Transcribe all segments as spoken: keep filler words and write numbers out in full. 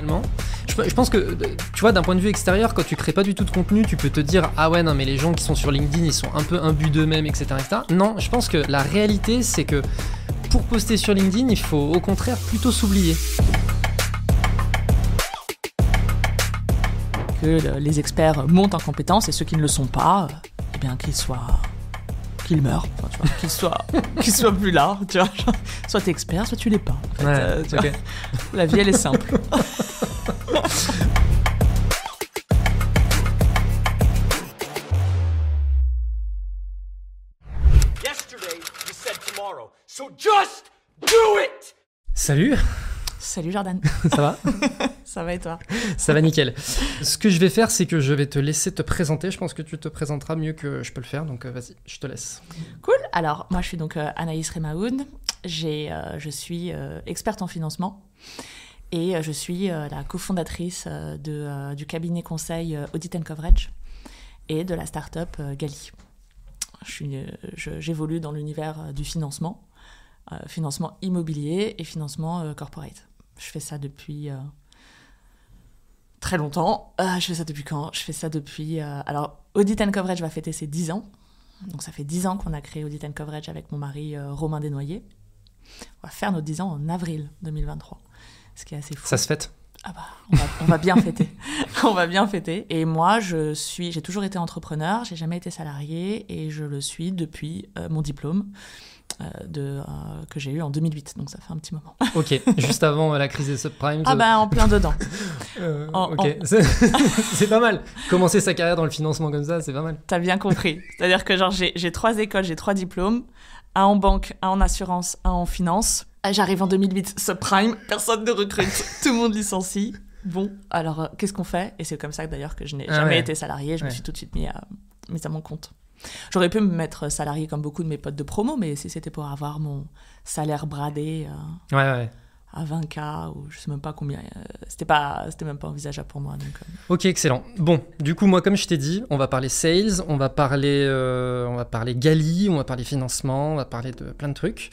finalement. Je, je pense que, tu vois, d'un point de vue extérieur, quand tu crées pas du tout de contenu, tu peux te dire ah ouais non mais les gens qui sont sur LinkedIn ils sont un peu imbus d'eux-mêmes, et cetera, et cetera. Non, je pense que la réalité c'est que pour poster sur LinkedIn, il faut au contraire plutôt s'oublier. Que les experts montent en compétences et ceux qui ne le sont pas, eh bien qu'ils soient, qu'ils meurent, enfin, tu vois, qu'ils soient, qu'ils soient plus là, tu vois. Soit t'es expert, soit tu l'es pas. En fait, Ouais, euh, tu okay. vois. La vie elle est simple. Yesterday you said tomorrow, so just do it. Salut. Salut Jordan. Ça va? Ça va et toi? Ça va nickel. Ce que je vais faire, c'est que je vais te laisser te présenter. Je pense que tu te présenteras mieux que je peux le faire, donc euh, vas-y, je te laisse. Cool. Alors, moi, je suis donc euh, Anaïs Remaoun. J'ai, euh, je suis euh, experte en financement et euh, je suis euh, la cofondatrice euh, de, euh, du cabinet conseil euh, Audit and Coverage et de la start-up euh, Gali. Je suis, euh, je, j'évolue dans l'univers euh, du financement, euh, financement immobilier et financement euh, corporate. Je fais ça depuis... Euh, très longtemps. Euh, je fais ça depuis quand? Je fais ça depuis... Euh, alors, Audit and Coverage va fêter ses dix ans. Donc, ça fait dix ans qu'on a créé Audit and Coverage avec mon mari euh, Romain Desnoyers. On va faire nos dix ans en avril deux mille vingt-trois. Ce qui est assez fou. Ça se fête? Ah bah, on va, on va bien fêter. On va bien fêter. Et moi, je suis, j'ai toujours été entrepreneur. J'ai jamais été salariée et je le suis depuis euh, mon diplôme. Euh, de, euh, que j'ai eu en deux mille huit, donc ça fait un petit moment. Ok, juste avant euh, la crise des subprimes. Ah bah en plein dedans. euh, en, ok, en... c'est, c'est pas mal. Commencer sa carrière dans le financement comme ça, c'est pas mal. T'as bien compris. C'est-à-dire que genre j'ai, j'ai trois écoles, j'ai trois diplômes, un en banque, un en assurance, un en finance. J'arrive en deux mille huit, subprime, personne ne recrute, tout le monde licencie. Bon, alors euh, qu'est-ce qu'on fait? Et c'est comme ça d'ailleurs que je n'ai ah jamais ouais. été salariée, je ouais. me suis tout de suite mis à, mise à mon compte. J'aurais pu me mettre salarié comme beaucoup de mes potes de promo, mais si c'était pour avoir mon salaire bradé euh, ouais, ouais. à vingt mille ou je sais même pas combien, euh, c'était, pas, c'était même pas envisageable pour moi. Donc, euh... Ok, excellent. Bon, du coup, moi, comme je t'ai dit, on va parler sales, on va parler, euh, on va parler Gali, on va parler financement, on va parler de plein de trucs.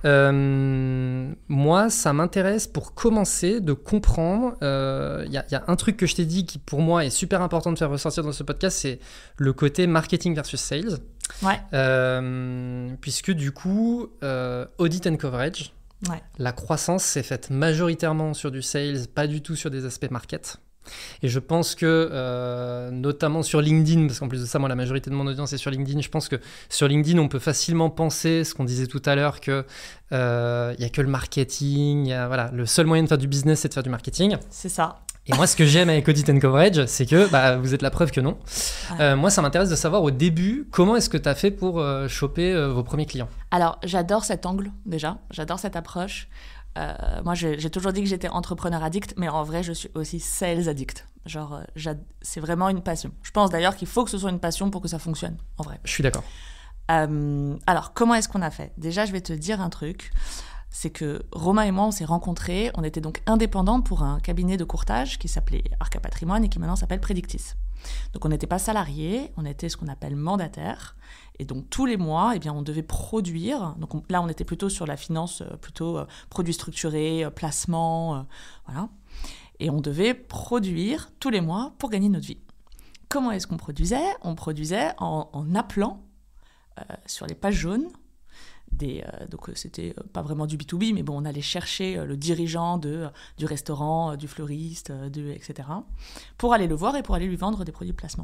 Euh, moi, ça m'intéresse pour commencer de comprendre. Il euh, y, y a un truc que je t'ai dit qui, pour moi, est super important de faire ressortir dans ce podcast, c'est le côté marketing versus sales. Ouais. Euh, puisque du coup, euh, Audit and Coverage, ouais. la croissance s'est faite majoritairement sur du sales, pas du tout sur des aspects market. Et je pense que, euh, notamment sur LinkedIn, parce qu'en plus de ça, moi, la majorité de mon audience est sur LinkedIn, je pense que sur LinkedIn, on peut facilement penser, ce qu'on disait tout à l'heure, qu'il n'y euh, a que le marketing, y a, voilà, le seul moyen de faire du business, c'est de faire du marketing. C'est ça. Et moi, ce que j'aime avec Audit and Coverage, c'est que bah, vous êtes la preuve que non. Ouais. Euh, moi, ça m'intéresse de savoir au début, comment est-ce que tu as fait pour euh, choper euh, vos premiers clients? Alors, j'adore cet angle, déjà. J'adore cette approche. Euh, moi, j'ai, j'ai toujours dit que j'étais entrepreneur addict, mais en vrai, je suis aussi sales addict. Genre, c'est vraiment une passion. Je pense d'ailleurs qu'il faut que ce soit une passion pour que ça fonctionne, en vrai. Je suis d'accord. Euh, alors, comment est-ce qu'on a fait? Déjà, je vais te dire un truc. C'est que Romain et moi, on s'est rencontrés. On était donc indépendants pour un cabinet de courtage qui s'appelait Arca Patrimoine et qui maintenant s'appelle Predictis. Donc, on n'était pas salariés, on était ce qu'on appelle mandataires. Et donc, tous les mois, eh bien, on devait produire. Donc, on, là, on était plutôt sur la finance, euh, plutôt euh, produits structurés, euh, placements, euh, voilà. Et on devait produire tous les mois pour gagner notre vie. Comment est-ce qu'on produisait? On produisait en, en appelant euh, sur les pages jaunes. Des, euh, donc, euh, c'était euh, pas vraiment du B deux B, mais bon, on allait chercher euh, le dirigeant de, euh, du restaurant, euh, du fleuriste, euh, de, et cetera, pour aller le voir et pour aller lui vendre des produits de placement.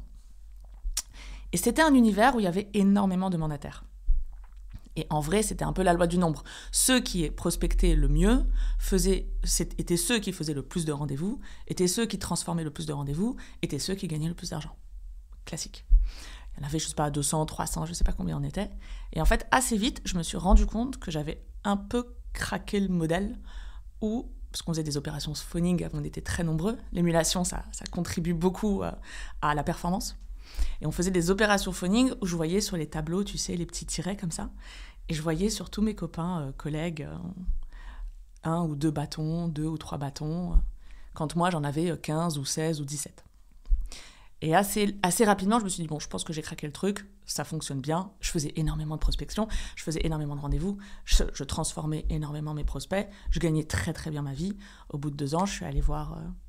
Et c'était un univers où il y avait énormément de mandataires. Et en vrai, c'était un peu la loi du nombre. Ceux qui prospectaient le mieux faisaient, étaient ceux qui faisaient le plus de rendez-vous, étaient ceux qui transformaient le plus de rendez-vous, étaient ceux qui gagnaient le plus d'argent. Classique. Il y en avait, je sais pas, deux cents, trois cents, je sais pas combien on était. Et en fait, assez vite, je me suis rendu compte que j'avais un peu craqué le modèle où, parce qu'on faisait des opérations phoning, on était très nombreux. L'émulation, ça, ça contribue beaucoup à, à la performance. Et on faisait des opérations phoning où je voyais sur les tableaux, tu sais, les petits tirets comme ça. Et je voyais sur tous mes copains, euh, collègues, euh, un ou deux bâtons, deux ou trois bâtons, euh, quand moi, j'en avais quinze ou seize ou dix-sept. Et assez, assez rapidement, je me suis dit, bon, je pense que j'ai craqué le truc, ça fonctionne bien. Je faisais énormément de prospection, je faisais énormément de rendez-vous, je, je transformais énormément mes prospects, je gagnais très très bien ma vie. Au bout de deux ans, je suis allée voir euh,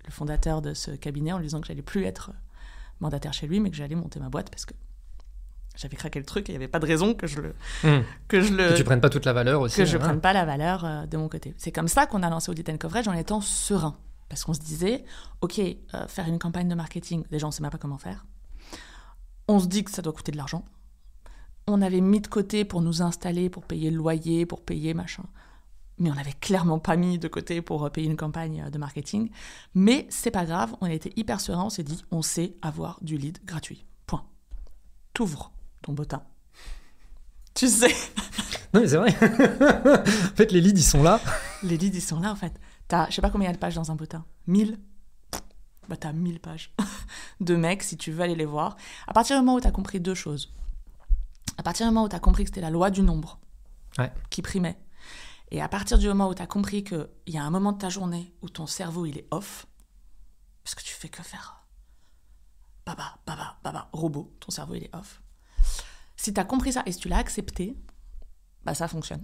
le fondateur de ce cabinet en lui disant que j'allais plus être mandataire chez lui, mais que j'allais monter ma boîte parce que j'avais craqué le truc et il n'y avait pas de raison que je le... Mmh. Que, je le que tu prennes pas toute la valeur aussi. Que je ne hein. prenne pas la valeur euh, de mon côté. C'est comme ça qu'on a lancé Audit and Coverage en étant serein. Parce qu'on se disait, OK, euh, faire une campagne de marketing, déjà, on ne sait même pas comment faire. On se dit que ça doit coûter de l'argent. On avait mis de côté pour nous installer, pour payer le loyer, pour payer machin. Mais on n'avait clairement pas mis de côté pour euh, payer une campagne de marketing. Mais c'est pas grave, on était hyper serein, on s'est dit, on sait avoir du lead gratuit. Point. T'ouvres ton bottin. Tu sais. Non, mais c'est vrai. En fait, les leads, ils sont là. Les leads, ils sont là, en fait. T'as, je sais pas combien il y a de pages dans un bottin. mille Bah, t'as mille pages de mecs, si tu veux aller les voir. À partir du moment où t'as compris deux choses. À partir du moment où t'as compris que c'était la loi du nombre ouais. qui primait. Et à partir du moment où t'as compris qu'il y a un moment de ta journée où ton cerveau, il est off, parce que tu fais que faire baba, baba, baba, robot, ton cerveau, il est off. Si t'as compris ça et si tu l'as accepté, bah ça fonctionne.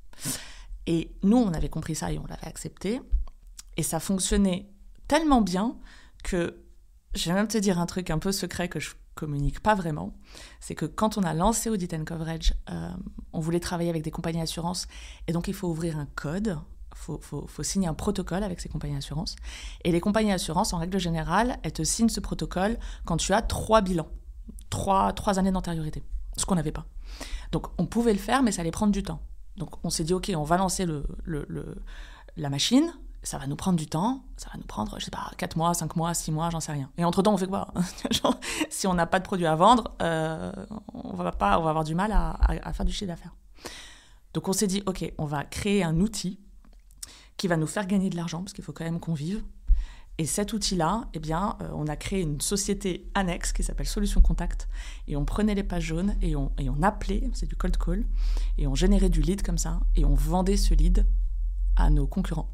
Et nous, on avait compris ça et on l'avait accepté. Et ça fonctionnait tellement bien que, je vais même te dire un truc un peu secret que je communique pas vraiment, c'est que quand on a lancé Audit and Coverage, euh, on voulait travailler avec des compagnies d'assurance et donc il faut ouvrir un code, il faut, faut, faut signer un protocole avec ces compagnies d'assurance. Et les compagnies d'assurance, en règle générale, elles te signent ce protocole quand tu as trois bilans, trois, trois années d'antériorité, ce qu'on n'avait pas. Donc on pouvait le faire, mais ça allait prendre du temps. Donc on s'est dit, ok, on va lancer le, le, le, la machine, ça va nous prendre du temps, ça va nous prendre, je sais pas, quatre mois, cinq mois, six mois, j'en sais rien. Et entre-temps, on fait quoi? Genre, si on n'a pas de produit à vendre, euh, on va pas, on va avoir du mal à, à, à faire du chiffre d'affaires. Donc on s'est dit, ok, on va créer un outil qui va nous faire gagner de l'argent, parce qu'il faut quand même qu'on vive. Et cet outil-là, eh bien, euh, on a créé une société annexe qui s'appelle Solution Contact, et on prenait les pages jaunes, et on, et on appelait, c'est du cold call, et on générait du lead comme ça, et on vendait ce lead à nos concurrents.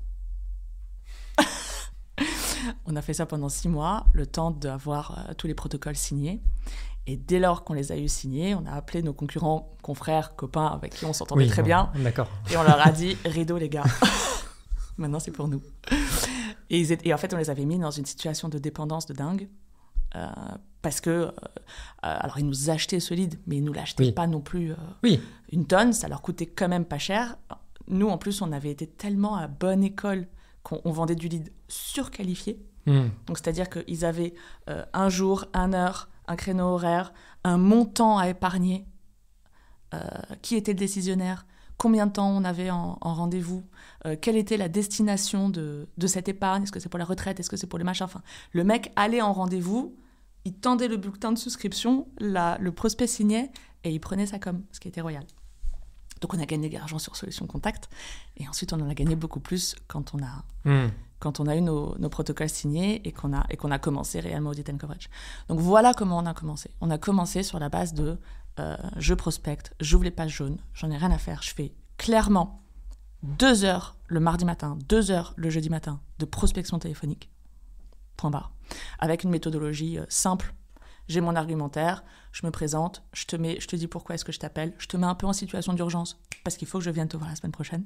On a fait ça pendant six mois, le temps d'avoir euh, tous les protocoles signés. Et dès lors qu'on les a eu signés, on a appelé nos concurrents, confrères, copains avec qui on s'entendait oui, très bon, bien. D'accord. Et on leur a dit, rideau les gars, maintenant c'est pour nous. Et, ils étaient, et en fait, on les avait mis dans une situation de dépendance de dingue. Euh, parce que, euh, alors ils nous achetaient ce lead, mais ils nous l'achetaient oui. pas non plus euh, oui. une tonne, ça leur coûtait quand même pas cher. Nous, en plus, on avait été tellement à bonne école qu'on on vendait du lead surqualifié. Mmh. Donc, c'est-à-dire qu'ils avaient euh, un jour, un heure, un créneau horaire, un montant à épargner, euh, qui était le décisionnaire, combien de temps on avait en, en rendez-vous, euh, quelle était la destination de, de cette épargne, est-ce que c'est pour la retraite, est-ce que c'est pour les machins, enfin, le mec allait en rendez-vous, il tendait le bulletin de souscription, la, le prospect signait et il prenait sa com, ce qui était royal. Donc on a gagné de l'argent sur Solution Contact et ensuite on en a gagné beaucoup plus quand on a, mmh. quand on a eu nos, nos protocoles signés et qu'on a, et qu'on a commencé réellement Audit and Coverage. Donc voilà comment on a commencé. On a commencé sur la base de euh, je prospecte, j'ouvre les pages jaunes, j'en ai rien à faire, je fais clairement deux heures le mardi matin, deux heures le jeudi matin de prospection téléphonique, point barre, avec une méthodologie euh, simple. J'ai mon argumentaire, je me présente, je te, mets, je te dis pourquoi est-ce que je t'appelle, je te mets un peu en situation d'urgence parce qu'il faut que je vienne te voir la semaine prochaine.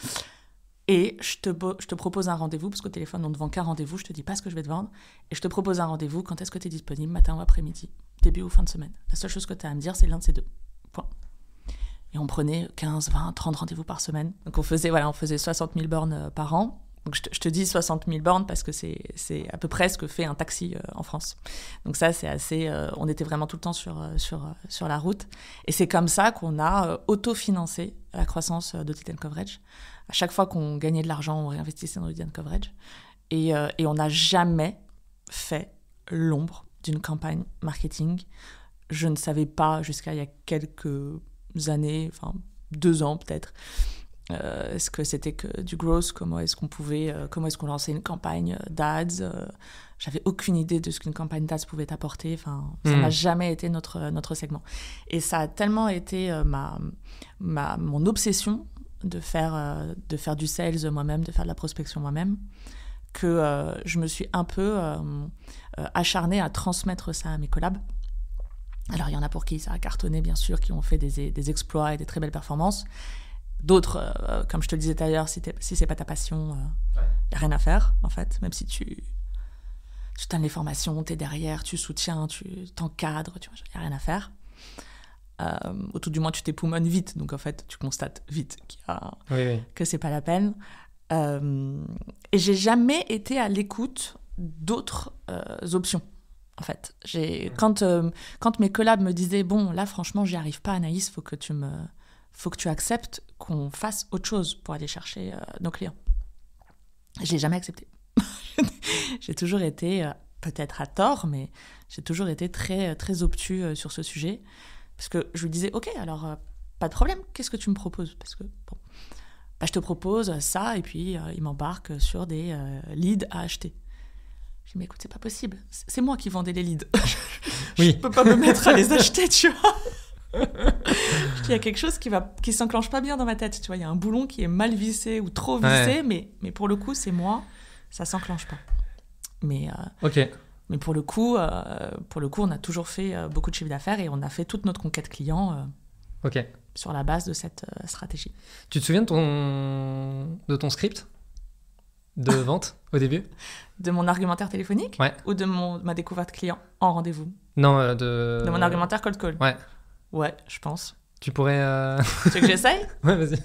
Et je te, je te propose un rendez-vous, parce qu'au téléphone, on ne vend qu'un rendez-vous, je te dis pas ce que je vais te vendre, et je te propose un rendez-vous, quand est-ce que tu es disponible, matin ou après-midi, début ou fin de semaine. La seule chose que tu as à me dire, c'est l'un de ces deux. Point. Et on prenait quinze, vingt, trente rendez-vous par semaine. Donc on faisait, voilà, on faisait soixante mille bornes par an. Donc je te, je te dis soixante mille bornes parce que c'est, c'est à peu près ce que fait un taxi euh, en France. Donc ça, c'est assez... Euh, on était vraiment tout le temps sur, euh, sur, euh, sur la route. Et c'est comme ça qu'on a euh, autofinancé la croissance euh, d'Audit and Coverage. À chaque fois qu'on gagnait de l'argent, on réinvestissait dans Audit and Coverage. Et, euh, et on n'a jamais fait l'ombre d'une campagne marketing. Je ne savais pas, jusqu'à il y a quelques années, enfin deux ans peut-être, Euh, est-ce que c'était que du growth, comment est-ce qu'on pouvait, euh, comment est-ce qu'on lançait une campagne d'ads, euh, j'avais aucune idée de ce qu'une campagne d'ads pouvait apporter, enfin, ça mmh. n'a jamais été notre, notre segment. Et ça a tellement été euh, ma, ma, mon obsession de faire, euh, de faire du sales moi-même, de faire de la prospection moi-même, que euh, je me suis un peu euh, euh, acharnée à transmettre ça à mes collabs. Alors, il y en a pour qui ça a cartonné, bien sûr, qui ont fait des, des exploits et des très belles performances. D'autres, euh, comme je te le disais tout à l'heure, si, si c'est pas ta passion, il euh, n'y a rien à faire, en fait. Même si tu, tu donnes les formations, tu es derrière, tu soutiens, tu t'encadres, tu vois, il n'y a rien à faire. Euh, ou tout du moins, tu t'époumones vite. Donc, en fait, tu constates vite qu'il y a... Oui, oui. que c'est pas la peine. Euh, et j'ai jamais été à l'écoute d'autres euh, options. En fait, j'ai quand euh, quand mes collabs me disaient bon, là, franchement, j'y arrive pas, Anaïs, faut que tu me, faut que tu acceptes qu'on fasse autre chose pour aller chercher euh, nos clients. J'ai jamais accepté. J'ai toujours été, euh, peut-être à tort, mais j'ai toujours été très très obtus euh, sur ce sujet, parce que je lui disais ok, alors euh, pas de problème, qu'est-ce que tu me proposes? Parce que bon, bah, je te propose ça, et puis euh, il m'embarque sur des euh, leads à acheter. Je dis mais écoute, c'est pas possible, c'est moi qui vendais les leads. Je Oui. peux pas me mettre à les acheter, tu vois. Je dis, il y a quelque chose qui va qui s'enclenche pas bien dans ma tête, tu vois, il y a un boulon qui est mal vissé ou trop vissé, Ouais. mais mais pour le coup c'est moi, ça s'enclenche pas. Mais euh, Ok. mais pour le coup euh, pour le coup on a toujours fait euh, beaucoup de chiffre d'affaires et on a fait toute notre conquête client euh, Ok. sur la base de cette euh, stratégie. Tu te souviens de ton, de ton script de vente au début? De mon argumentaire téléphonique Ouais. ou de mon ma découverte client en rendez-vous? Non, euh, de... De mon argumentaire cold call? Ouais. Ouais, je pense. Tu pourrais... euh, Tu veux que j'essaye? Ouais, vas-y.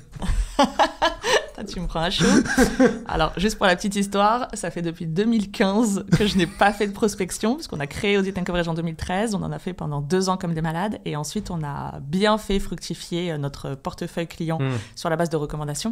Ah, tu me prends un chaud. Alors, juste pour la petite histoire, ça fait depuis deux mille quinze que je n'ai pas fait de prospection, parce qu'on a créé Audit and Coverage en deux mille treize, on en a fait pendant deux ans comme des malades, et ensuite on a bien fait fructifier notre portefeuille client Hmm. sur la base de recommandations.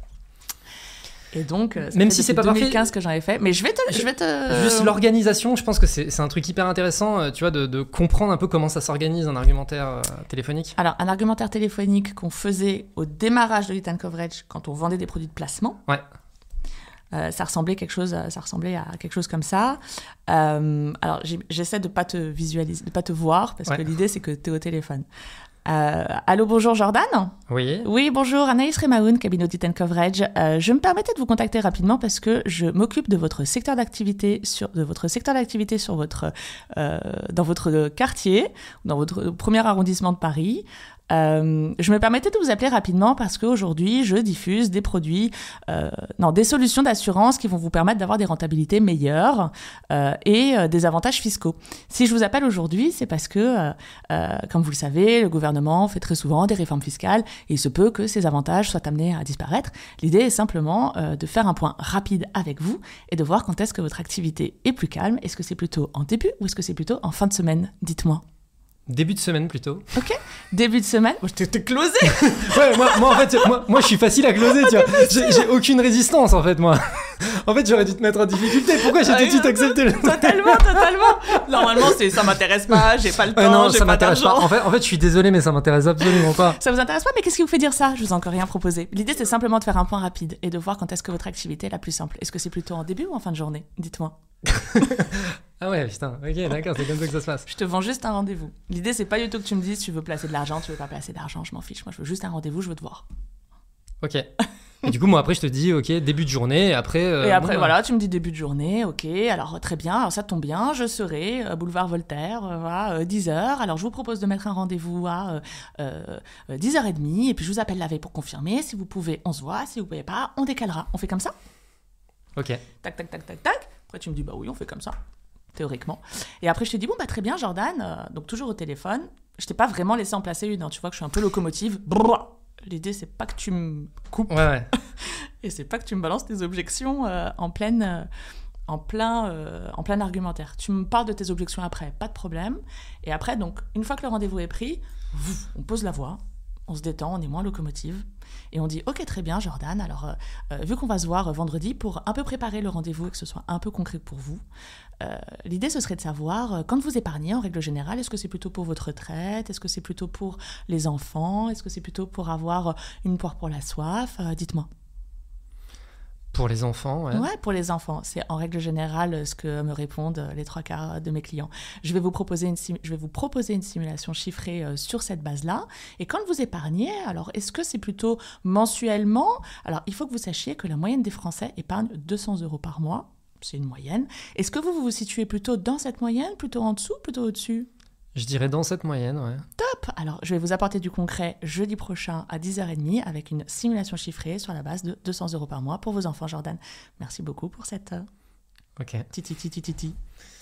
Et donc, ça Même fait si c'est depuis pas deux mille quinze parfait, que j'en ai fait, mais je vais te... Je vais te... Juste l'organisation, je pense que c'est c'est un truc hyper intéressant, euh, tu vois, de, de comprendre un peu comment ça s'organise un argumentaire euh, téléphonique. Alors, un argumentaire téléphonique qu'on faisait au démarrage de Audit and Coverage quand on vendait des produits de placement. Ouais. Euh, ça ressemblait quelque chose, ça ressemblait à quelque chose comme ça. Euh, alors j'ai- j'essaie de pas te visualiser, de pas te voir parce Ouais. que l'idée c'est que tu es au téléphone. Euh, allô, bonjour Jordan. Oui. Oui, bonjour Anaïs Remaoun, cabinet Audit and Coverage. Euh, je me permettais de vous contacter rapidement parce que je m'occupe de votre secteur d'activité sur de votre secteur d'activité sur votre euh, dans votre quartier, dans votre premier arrondissement de Paris. Euh, je me permettais de vous appeler rapidement parce qu'aujourd'hui, je diffuse des produits, euh, non, des solutions d'assurance qui vont vous permettre d'avoir des rentabilités meilleures euh, et euh, des avantages fiscaux. Si je vous appelle aujourd'hui, c'est parce que, euh, euh, comme vous le savez, le gouvernement fait très souvent des réformes fiscales et il se peut que ces avantages soient amenés à disparaître. L'idée est simplement euh, de faire un point rapide avec vous et de voir quand est-ce que votre activité est plus calme. Est-ce que c'est plutôt en début ou est-ce que c'est plutôt en fin de semaine? Dites-moi. Début de semaine plutôt. Ok, début de semaine. Oh, je t'ai t'ai closé. Ouais, moi, moi en fait, moi, moi je suis facile à closer, tu vois. J'ai j'ai aucune résistance en fait, moi. En fait, j'aurais dû te mettre en difficulté. Pourquoi j'ai tout de suite accepté le... Totalement, totalement. Normalement, c'est ça m'intéresse pas, j'ai pas le temps, Ouais, non, j'ai ça pas m'intéresse pas. d'argent. En fait, en fait, je suis désolé, mais ça m'intéresse absolument pas. Ça vous intéresse pas, mais qu'est-ce qui vous fait dire ça? Je vous ai encore rien proposé. L'idée, c'est simplement de faire un point rapide et de voir quand est-ce que votre activité est la plus simple. Est-ce que c'est plutôt en début ou en fin de journée? Dites-moi. Ah ouais, putain. Ok, d'accord, c'est comme ça que ça se passe. Je te vends juste un rendez-vous. L'idée, c'est pas du tout que tu me dises tu veux placer de l'argent, tu veux pas placer d'argent, je m'en fiche. Moi, je veux juste un rendez-vous, je veux te voir. Ok. Et du coup, moi après, je te dis, ok, début de journée, et après. euh, Et après, bon, voilà, tu me dis début de journée, ok, alors très bien, alors ça tombe bien, je serai euh, boulevard Voltaire, euh, voilà, euh, dix heures, alors je vous propose de mettre un rendez-vous à euh, euh, dix heures trente, et puis je vous appelle la veille pour confirmer, si vous pouvez, on se voit, si vous pouvez pas, on décalera, on fait comme ça? Ok. Tac, tac, tac, tac, tac, après tu me dis, bah oui, on fait comme ça, théoriquement. Et après je te dis, bon, bah très bien, Jordan, euh, donc toujours au téléphone, je t'ai pas vraiment laissé en placer une, hein, tu vois que je suis un peu locomotive, brrr. L'idée, c'est pas que tu me coupes, Ouais, ouais. et c'est pas que tu me balances tes objections euh, en pleine, euh, en plein, euh, en plein argumentaire. Tu me parles de tes objections après, pas de problème. Et après, donc, une fois que le rendez-vous est pris, vouf, on pose la voix, on se détend, on est moins locomotive, et on dit, ok, très bien, Jordan. Alors, euh, euh, vu qu'on va se voir vendredi pour un peu préparer le rendez-vous et que ce soit un peu concret pour vous, euh, l'idée ce serait de savoir euh, quand vous épargnez en règle générale, est-ce que c'est plutôt pour votre retraite, est-ce que c'est plutôt pour les enfants, est-ce que c'est plutôt pour avoir une poire pour la soif, euh, dites-moi. Pour les enfants, ouais. Ouais, pour les enfants. C'est en règle générale ce que me répondent les trois quarts de mes clients. Je vais vous proposer une, sim- je vais vous proposer une simulation chiffrée euh, sur cette base-là. Et quand vous épargnez, alors est-ce que c'est plutôt mensuellement? Alors il faut que vous sachiez que la moyenne des Français épargne deux cents euros par mois. C'est une moyenne. Est-ce que vous vous situez plutôt dans cette moyenne, plutôt en dessous, plutôt au-dessus? Je dirais dans cette moyenne, ouais. Top! Alors, je vais vous apporter du concret jeudi prochain à dix heures trente avec une simulation chiffrée sur la base de deux cents euros par mois pour vos enfants, Jordan. Merci beaucoup pour cette... euh, Ok. Titi, titi, titi.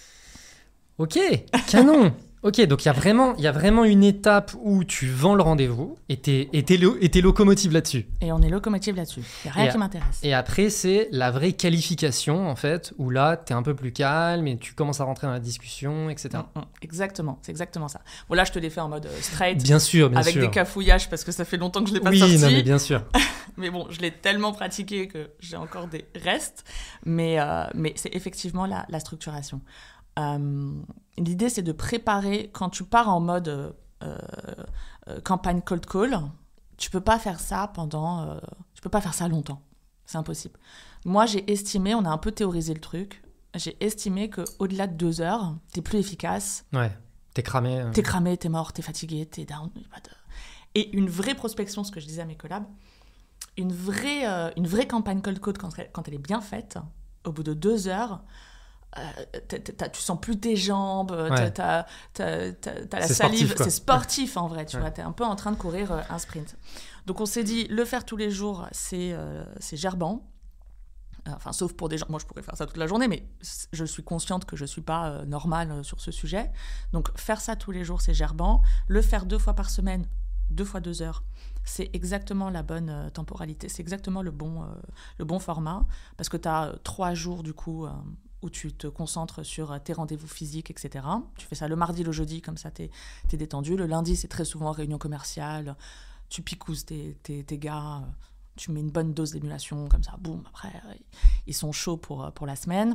Ok, canon. Ok, donc il y a vraiment, il y a vraiment une étape où tu vends le rendez-vous et t'es, et t'es, lo- et t'es locomotive là-dessus. Et on est locomotive là-dessus. Il n'y a rien Et qui à- m'intéresse. Et après, c'est la vraie qualification, en fait, où là, t'es un peu plus calme et tu commences à rentrer dans la discussion, et cetera. Mm, mm. Exactement, c'est exactement ça. Bon, là, je te l'ai fait en mode euh, straight, Bien sûr, bien avec sûr. des cafouillages, parce que ça fait longtemps que je l'ai pas oui, sorti. non, mais bien sûr. Mais bon, je l'ai tellement pratiqué que j'ai encore des restes. Mais, euh, mais c'est effectivement la, la structuration. Euh, l'idée, c'est de préparer, quand tu pars en mode euh, euh, campagne cold call, tu peux pas faire ça pendant... Euh, tu peux pas faire ça longtemps. C'est impossible. Moi, j'ai estimé, on a un peu théorisé le truc, j'ai estimé qu'au-delà de deux heures, t'es plus efficace. Ouais, t'es cramé. euh. T'es cramé, t'es mort, t'es fatigué, t'es down. y a pas de- Et une vraie prospection, ce que je disais à mes collabs, une vraie, euh, une vraie campagne cold call, quand elle, quand elle est bien faite, au bout de deux heures, euh, t'as- t'as- tu sens plus tes jambes, Ouais. t'as, t'as- t'as- t'as la C'est salive, sportif, quoi. c'est sportif en vrai, tu Ouais. vois, t'es un peu en train de courir euh, un sprint. Donc on s'est dit, le faire tous les jours, c'est, euh, c'est gerbant. Enfin, sauf pour des gens, moi je pourrais faire ça toute la journée, mais c- je suis consciente que je ne suis pas euh, normale euh, sur ce sujet. Donc faire ça tous les jours, c'est gerbant. Le faire deux fois par semaine, deux fois deux heures, c'est exactement la bonne euh, temporalité, c'est exactement le bon, euh, le bon format, parce que tu as trois jours du coup euh, où tu te concentres sur euh, tes rendez-vous physiques, et cetera. Tu fais ça le mardi, le jeudi, comme ça tu es détendu. Le lundi, c'est très souvent réunion commerciale, tu picousses tes, tes, tes gars, euh, tu mets une bonne dose d'émulation, comme ça, boum, après, euh, ils sont chauds pour, pour la semaine.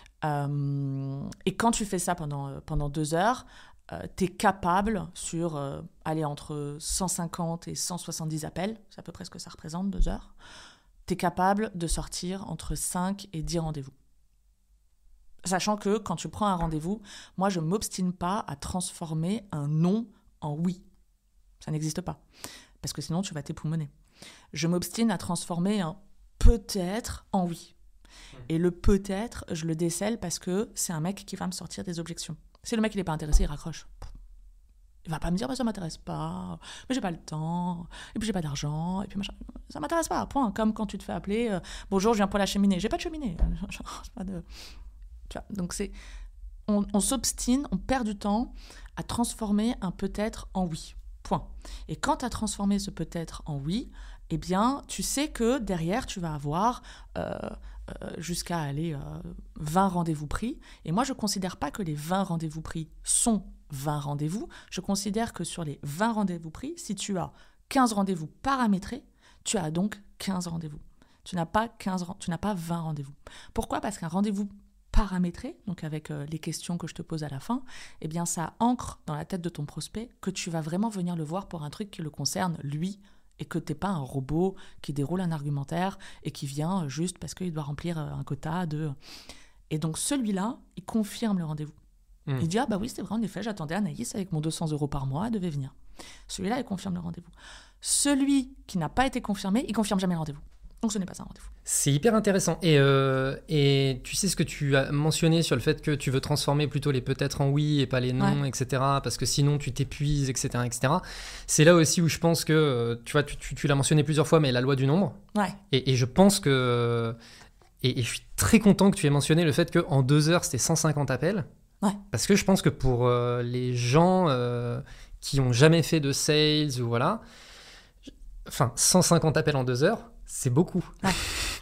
Euh, et quand tu fais ça pendant, pendant deux heures, euh, tu es capable sur, euh, aller entre cent cinquante et cent soixante-dix appels, c'est à peu près ce que ça représente, deux heures, tu es capable de sortir entre cinq et dix rendez-vous. Sachant que quand tu prends un rendez-vous, moi, je ne m'obstine pas à transformer un non en oui. Ça n'existe pas. Parce que sinon, tu vas t'époumoner. Je m'obstine à transformer un peut-être en oui. Et le peut-être, je le décèle parce que c'est un mec qui va me sortir des objections. Si le mec il n'est pas intéressé, il raccroche. Il va pas me dire bah, ça m'intéresse pas, mais j'ai pas le temps, et puis j'ai pas d'argent, et puis machin. Ça m'intéresse pas, point. Comme quand tu te fais appeler euh, bonjour, je viens pour la cheminée. J'ai pas de cheminée. Genre, j'ai pas de... Tu vois, donc c'est. On, on s'obstine, on perd du temps à transformer un peut-être en oui. Point. Et quand tu as transformé ce peut-être en oui, eh bien, tu sais que derrière, tu vas avoir euh, euh, jusqu'à aller euh, vingt rendez-vous pris. Et moi, je ne considère pas que les vingt rendez-vous pris sont vingt rendez-vous. Je considère que sur les vingt rendez-vous pris, si tu as quinze rendez-vous paramétrés, tu as donc quinze rendez-vous. Tu n'as pas, quinze, tu n'as pas vingt rendez-vous. Pourquoi ? Parce qu'un rendez-vous paramétré, donc avec euh, les questions que je te pose à la fin, eh bien ça ancre dans la tête de ton prospect que tu vas vraiment venir le voir pour un truc qui le concerne lui et que t'es pas un robot qui déroule un argumentaire et qui vient juste parce qu'il doit remplir euh, un quota de... Et donc celui-là, il confirme le rendez-vous. Mmh. Il dit « Ah bah oui, c'est vrai, en effet, j'attendais Anaïs avec mon deux cents euros par mois, elle devait venir. » Celui-là, il confirme le rendez-vous. Celui qui n'a pas été confirmé, il confirme jamais le rendez-vous. Donc ce n'est pas ça un rendez-vous. C'est hyper intéressant. Et, euh, et tu sais ce que tu as mentionné sur le fait que tu veux transformer plutôt les peut-être en oui et pas les non, ouais. et cetera. Parce que sinon tu t'épuises, et cetera, et cetera. C'est là aussi où je pense que, tu vois, tu, tu, tu l'as mentionné plusieurs fois, mais la loi du nombre. Ouais. Et, et je pense que... Et, et je suis très content que tu aies mentionné le fait qu'en deux heures, c'était cent cinquante appels. Ouais. Parce que je pense que pour euh, les gens euh, qui n'ont jamais fait de sales ou voilà... Enfin, cent cinquante appels en deux heures, c'est beaucoup. Ouais.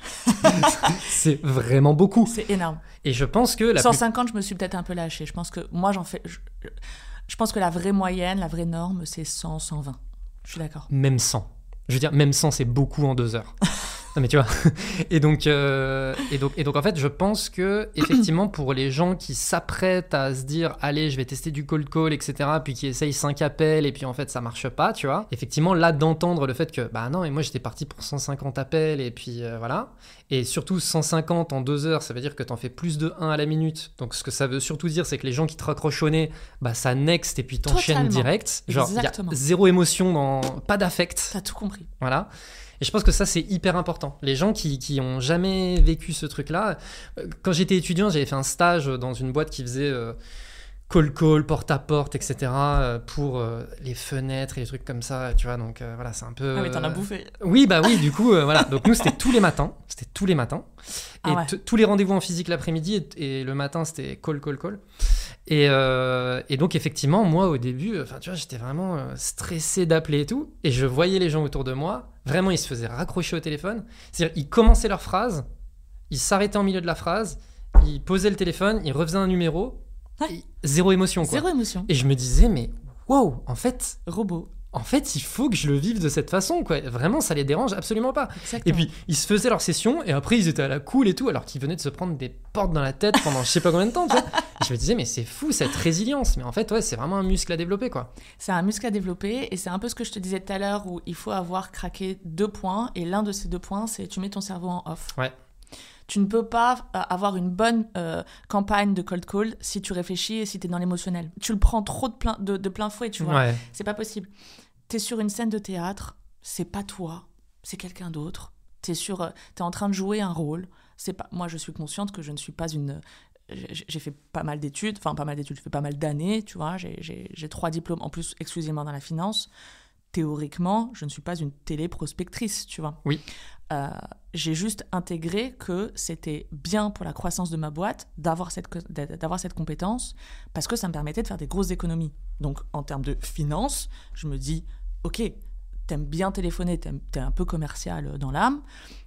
C'est vraiment beaucoup. C'est énorme. Et je pense que... La cent cinquante, plus... je me suis peut-être un peu lâchée. Je pense que moi, j'en fais... Je, je pense que la vraie moyenne, la vraie norme, c'est cent, cent vingt. Je suis d'accord. Même cent. Je veux dire, même cent, c'est beaucoup en deux heures. Non, mais tu vois. Et donc, euh, et donc, et donc, en fait, je pense que effectivement, pour les gens qui s'apprêtent à se dire, allez, je vais tester du cold call, et cetera, puis qui essayent cinq appels, et puis en fait, ça marche pas, tu vois. Effectivement, là, d'entendre le fait que, bah non, et moi, j'étais parti pour cent cinquante appels, et puis euh, voilà. Et surtout, cent cinquante en deux heures, ça veut dire que t'en fais plus de un à la minute. Donc, ce que ça veut surtout dire, c'est que les gens qui te raccrochent au nez, bah ça next, et puis t'enchaînes direct. Genre, il y a zéro émotion, dans... pas d'affect. T'as tout compris. Voilà. Et je pense que ça, c'est hyper important. Les gens qui qui ont jamais vécu ce truc-là... Quand j'étais étudiant, j'avais fait un stage dans une boîte qui faisait... Euh, call call, porte à porte, et cetera euh, pour euh, les fenêtres et les trucs comme ça, tu vois. Donc euh, voilà, c'est un peu. Ah mais t'en as euh, bouffé. Oui, bah oui, du coup, euh, voilà. Donc nous, c'était tous les matins. C'était tous les matins. Ah Et ouais. t- tous les rendez-vous en physique l'après-midi et, et le matin, c'était call, call, call. Et, euh, et donc, effectivement, moi, au début, enfin, tu vois, j'étais vraiment euh, stressé d'appeler et tout. Et je voyais les gens autour de moi. Vraiment, ils se faisaient raccrocher au téléphone. C'est-à-dire, ils commençaient leur phrase, ils s'arrêtaient en milieu de la phrase, ils posaient le téléphone, ils refaisaient un numéro. Ouais. Et zéro émotion, quoi. Zéro émotion. Et je me disais, mais wow, en fait, Robot. en fait, il faut que je le vive de cette façon, quoi. Vraiment, ça les dérange absolument pas. Exactement. Et puis, ils se faisaient leur session, et après, ils étaient à la cool et tout, alors qu'ils venaient de se prendre des portes dans la tête pendant je sais pas combien de temps, tu vois. Et je me disais, mais c'est fou, cette résilience. Mais en fait, ouais, c'est vraiment un muscle à développer, quoi. C'est un muscle à développer et c'est un peu ce que je te disais tout à l'heure où il faut avoir craqué deux points et l'un de ces deux points, c'est tu mets ton cerveau en off. Ouais. Tu ne peux pas euh, avoir une bonne euh, campagne de cold call si tu réfléchis et si tu es dans l'émotionnel. Tu le prends trop de plein, de, de plein fouet, tu vois. Ouais. C'est pas possible. Tu es sur une scène de théâtre, c'est pas toi, c'est quelqu'un d'autre. Tu es sur, euh, t'es en train de jouer un rôle. C'est pas, moi, je suis consciente que je ne suis pas une... J'ai, j'ai fait pas mal d'études, enfin pas mal d'études, j'ai fait pas mal d'années, tu vois. J'ai, j'ai, j'ai trois diplômes, en plus exclusivement dans la finance. Théoriquement, je ne suis pas une téléprospectrice, tu vois. Oui. Euh, j'ai juste intégré que c'était bien pour la croissance de ma boîte d'avoir cette, d'avoir cette compétence parce que ça me permettait de faire des grosses économies. Donc, en termes de finance, je me dis, ok, t'aimes bien téléphoner, t'aimes, t'es un peu commercial dans l'âme.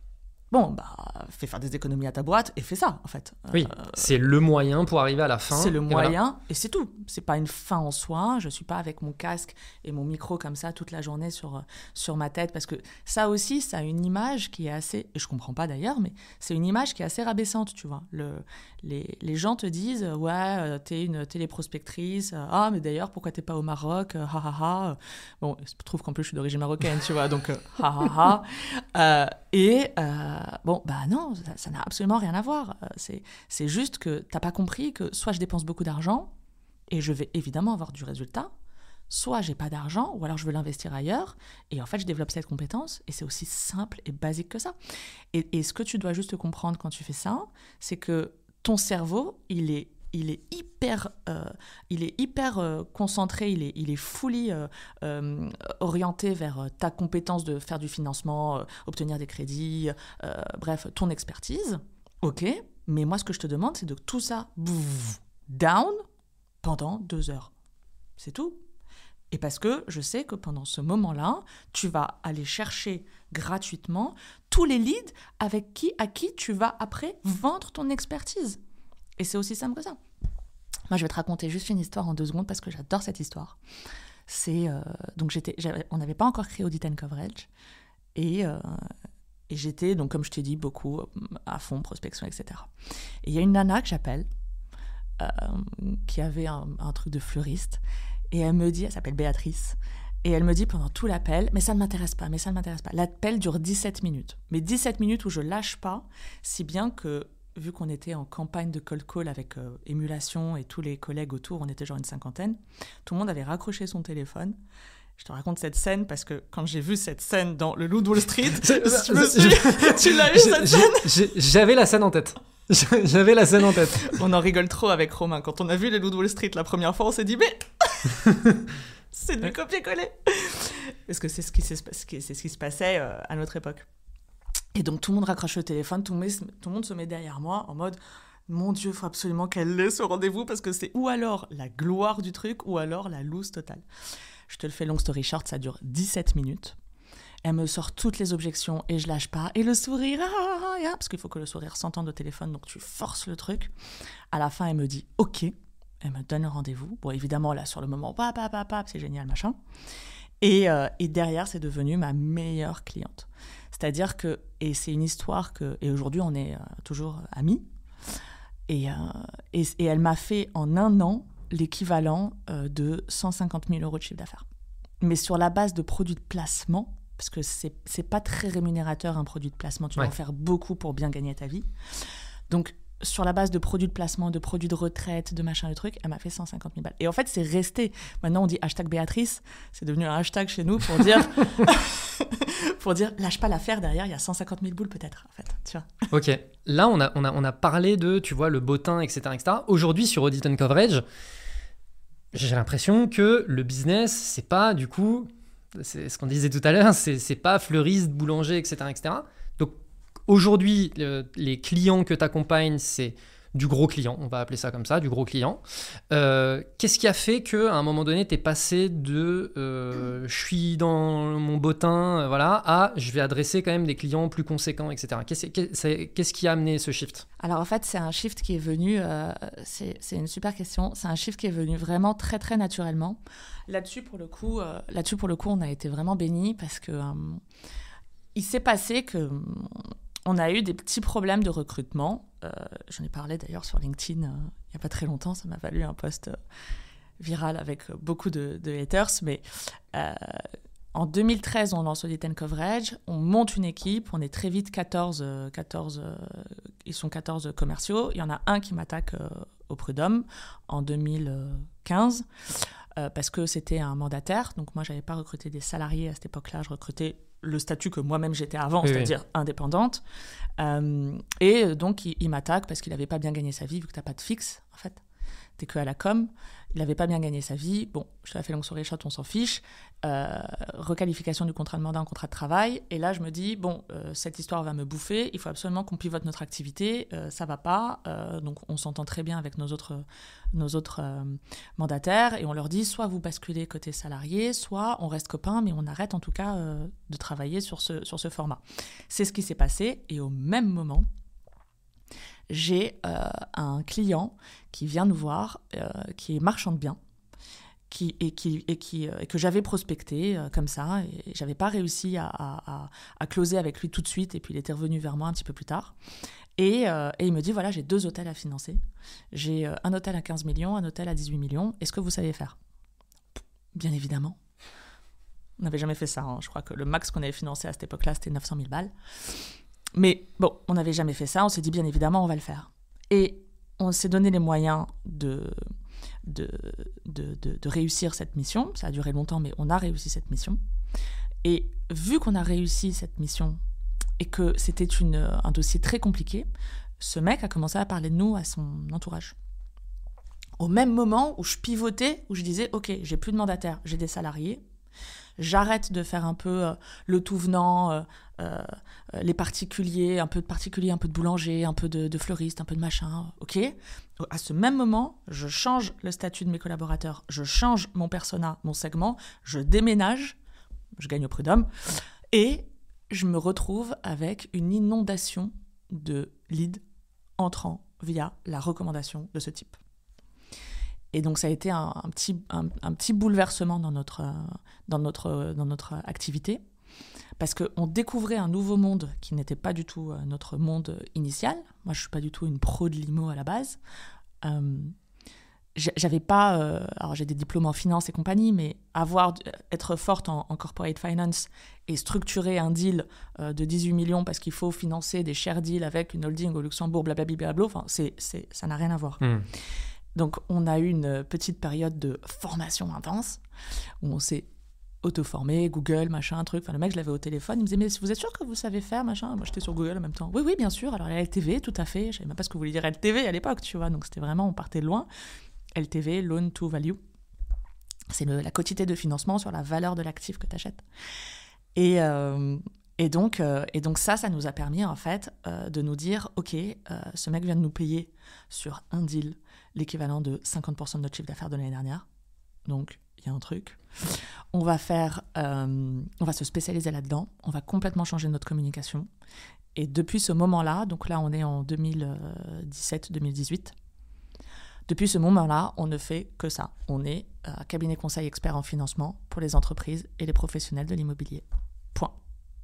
Bon, bah, fais faire des économies à ta boîte et fais ça, en fait. Oui, Euh, c'est le moyen pour arriver à la fin. c'est le et moyen voilà. et c'est tout. C'est pas une fin en soi. Je suis pas avec mon casque et mon micro comme ça toute la journée sur, sur ma tête parce que ça aussi, ça a une image qui est assez, et je comprends pas d'ailleurs, mais c'est une image qui est assez rabaissante, tu vois. Le, les, les gens te disent, ouais, euh, t'es une téléprospectrice. euh, Ah, mais d'ailleurs, pourquoi t'es pas au Maroc euh, Ha ha ha. Bon, il se trouve qu'en plus, je suis d'origine marocaine, tu vois, donc euh, ha ha ha. Euh, et euh, bon, bah non, ça, ça n'a absolument rien à voir. Euh, C'est, c'est juste que t'as pas compris que soit je dépense beaucoup d'argent et je vais évidemment avoir du résultat, soit j'ai pas d'argent ou alors je veux l'investir ailleurs et en fait je développe cette compétence et c'est aussi simple et basique que ça. Et, et ce que tu dois juste comprendre quand tu fais ça, c'est que ton cerveau, il est il est hyper, euh, il est hyper euh, concentré, il est, il est fully euh, euh, orienté vers euh, ta compétence de faire du financement, euh, obtenir des crédits, euh, bref, ton expertise. Ok, mais moi ce que je te demande, c'est de tout ça bouf, down pendant deux heures. C'est tout. Et parce que je sais que pendant ce moment-là, tu vas aller chercher gratuitement tous les leads avec qui, à qui tu vas après vendre ton expertise. Et c'est aussi simple que ça. Moi, je vais te raconter juste une histoire en deux secondes parce que j'adore cette histoire. C'est euh, donc j'étais, j'avais, on n'avait pas encore créé Audit and Coverage et, euh, et j'étais donc comme je t'ai dit beaucoup à fond prospection, et cetera. Et il y a une nana que j'appelle euh, qui avait un, un truc de fleuriste et elle me dit, elle s'appelle Béatrice. Et elle me dit pendant tout l'appel, mais ça ne m'intéresse pas, mais ça ne m'intéresse pas. L'appel dure dix-sept minutes. Mais dix-sept minutes où je lâche pas, si bien que vu qu'on était en campagne de cold call avec euh, émulation et tous les collègues autour, on était genre une cinquantaine, tout le monde avait raccroché son téléphone. Je te raconte cette scène parce que quand j'ai vu cette scène dans Le Loup de Wall Street, je me suis... tu l'as eu cette scène? J'avais la scène en tête. J'avais la scène en tête. On en rigole trop avec Romain. Quand on a vu Le Loup de Wall Street la première fois, on s'est dit, mais c'est du copier-coller. Parce que c'est ce qui, c'est ce qui, c'est ce qui se passait euh, à notre époque. Et donc, tout le monde raccroche le téléphone, tout le, monde, tout le monde se met derrière moi en mode « Mon Dieu, il faut absolument qu'elle l'ait ce rendez-vous parce que c'est ou alors la gloire du truc ou alors la loose totale. » Je te le fais long story short, ça dure dix-sept minutes. Elle me sort toutes les objections et je lâche pas. Et le sourire, ah, ah, ah, parce qu'il faut que le sourire s'entende au téléphone, donc tu forces le truc. À la fin, elle me dit « Ok ». Elle me donne le rendez-vous. Bon, évidemment, là, sur le moment, pap, pap, pap, pap, c'est génial, machin. Et, euh, et derrière, c'est devenu ma meilleure cliente. C'est-à-dire que, et c'est une histoire que, et aujourd'hui on est euh, toujours amis, et, euh, et, et elle m'a fait en un an l'équivalent euh, de cent cinquante mille euros de chiffre d'affaires. Mais sur la base de produits de placement, parce que c'est, c'est pas très rémunérateur un produit de placement, tu dois Ouais. en faire beaucoup pour bien gagner ta vie. Donc, sur la base de produits de placement, de produits de retraite, de machin, de trucs, elle m'a fait cent cinquante mille balles. Et en fait, c'est resté. Maintenant, on dit hashtag Béatrice. C'est devenu un hashtag chez nous pour dire, pour dire, lâche pas l'affaire, derrière, il y a cent cinquante mille boules peut-être, en fait. Tu vois. Ok. Là, on a, on, a, on a parlé de, tu vois, le bottin, et cetera, et cetera. Aujourd'hui, sur Audit and Coverage, j'ai l'impression que le business, c'est pas du coup, c'est ce qu'on disait tout à l'heure, c'est, c'est pas fleuriste, boulanger, et cetera, et cetera. Donc aujourd'hui, le, les clients que tu accompagnes, c'est du gros client, on va appeler ça comme ça, du gros client. Euh, qu'est-ce qui a fait qu'à un moment donné, tu es passé de euh, je suis dans mon bottin, euh, voilà, à je vais adresser quand même des clients plus conséquents, et cetera. Qu'est-ce, qu'est-ce qui a amené ce shift ? Alors en fait, c'est un shift qui est venu, euh, c'est, c'est une super question, c'est un shift qui est venu vraiment très très naturellement. Là-dessus, pour le coup, euh, là-dessus, pour le coup on a été vraiment bénis parce que euh, il s'est passé que on a eu des petits problèmes de recrutement. Euh, j'en ai parlé d'ailleurs sur LinkedIn euh, il n'y a pas très longtemps. Ça m'a valu un post euh, viral avec euh, beaucoup de, de haters. Mais euh, en deux mille treize, on lance Audit and Coverage. On monte une équipe. On est très vite quatorze. Euh, quatorze euh, ils sont quatorze commerciaux. Il y en a un qui m'attaque euh, au Prud'homme en deux mille quinze euh, parce que c'était un mandataire. Donc moi, je n'avais pas recruté des salariés à cette époque-là. Je recrutais le statut que moi-même j'étais avant, oui, c'est-à-dire oui. indépendante. Euh, et donc, il, il m'attaque parce qu'il n'avait pas bien gagné sa vie, vu que tu n'as pas de fixe, en fait. Tu n'es que à la com. Il n'avait pas bien gagné sa vie. Bon, je te la fais longue story short, on s'en fiche. Euh, requalification du contrat de mandat en contrat de travail. Et là, je me dis, bon, euh, cette histoire va me bouffer. Il faut absolument qu'on pivote notre activité. Euh, ça ne va pas. Euh, donc, on s'entend très bien avec nos autres, nos autres euh, mandataires. Et on leur dit, soit vous basculez côté salarié, soit on reste copains, mais on arrête en tout cas euh, de travailler sur ce, sur ce format. C'est ce qui s'est passé. Et au même moment, j'ai euh, un client qui vient nous voir, euh, qui est marchand de biens, qui, et, qui, et, qui, euh, et que j'avais prospecté euh, comme ça, et j'avais pas réussi à, à, à closer avec lui tout de suite, et puis il était revenu vers moi un petit peu plus tard. Et, euh, et il me dit, voilà, j'ai deux hôtels à financer. J'ai euh, un hôtel à quinze millions, un hôtel à dix-huit millions. Est-ce que vous savez faire ? Bien évidemment. On n'avait jamais fait ça. Hein. Je crois que le max qu'on avait financé à cette époque-là, c'était neuf cent mille balles. Mais bon, on n'avait jamais fait ça, on s'est dit bien évidemment on va le faire. Et on s'est donné les moyens de, de, de, de, de réussir cette mission. Ça a duré longtemps, mais on a réussi cette mission. Et vu qu'on a réussi cette mission et que c'était une, un dossier très compliqué, ce mec a commencé à parler de nous à son entourage. Au même moment où je pivotais, où je disais « Ok, j'ai plus de mandataires, j'ai des salariés ». J'arrête de faire un peu euh, le tout venant, euh, euh, les particuliers, un peu de particuliers, un peu de boulanger, un peu de, de fleuriste, un peu de machin, ok. À ce même moment, je change le statut de mes collaborateurs, je change mon persona, mon segment, je déménage, je gagne au Prud'homme, et je me retrouve avec une inondation de leads entrant via la recommandation de ce type. Et donc, ça a été un, un, petit, un, un petit bouleversement dans notre, dans, notre, dans notre activité, parce qu'on découvrait un nouveau monde qui n'était pas du tout notre monde initial. Moi, je ne suis pas du tout une pro de l'I M O à la base. Euh, j'avais pas... Euh, alors, j'ai des diplômes en finance et compagnie, mais avoir, être forte en, en corporate finance et structurer un deal euh, de dix-huit millions parce qu'il faut financer des share deals avec une holding au Luxembourg, blablabla, enfin, c'est, c'est, ça n'a rien à voir. Mmh. Donc, on a eu une petite période de formation intense où on s'est auto-formé, Google, machin, truc. Enfin, le mec, je l'avais au téléphone, il me disait « Mais vous êtes sûr que vous savez faire, machin ?» Moi, j'étais sur Google en même temps. « Oui, oui, bien sûr. Alors, la L T V, tout à fait. » Je ne savais même pas ce que voulait dire L T V à l'époque, tu vois. Donc, c'était vraiment, on partait de loin. L T V, Loan to Value. C'est le, la quotité de financement sur la valeur de l'actif que tu achètes. Et... Euh, Et donc, euh, et donc ça, ça nous a permis en fait euh, de nous dire, ok, euh, ce mec vient de nous payer sur un deal l'équivalent de cinquante pour cent de notre chiffre d'affaires de l'année dernière. Donc, il y a un truc. On va faire, euh, on va se spécialiser là-dedans. On va complètement changer notre communication. Et depuis ce moment-là, donc là, on est en deux mille dix-sept deux mille dix-huit. Depuis ce moment-là, on ne fait que ça. On est euh, cabinet conseil expert en financement pour les entreprises et les professionnels de l'immobilier. Point.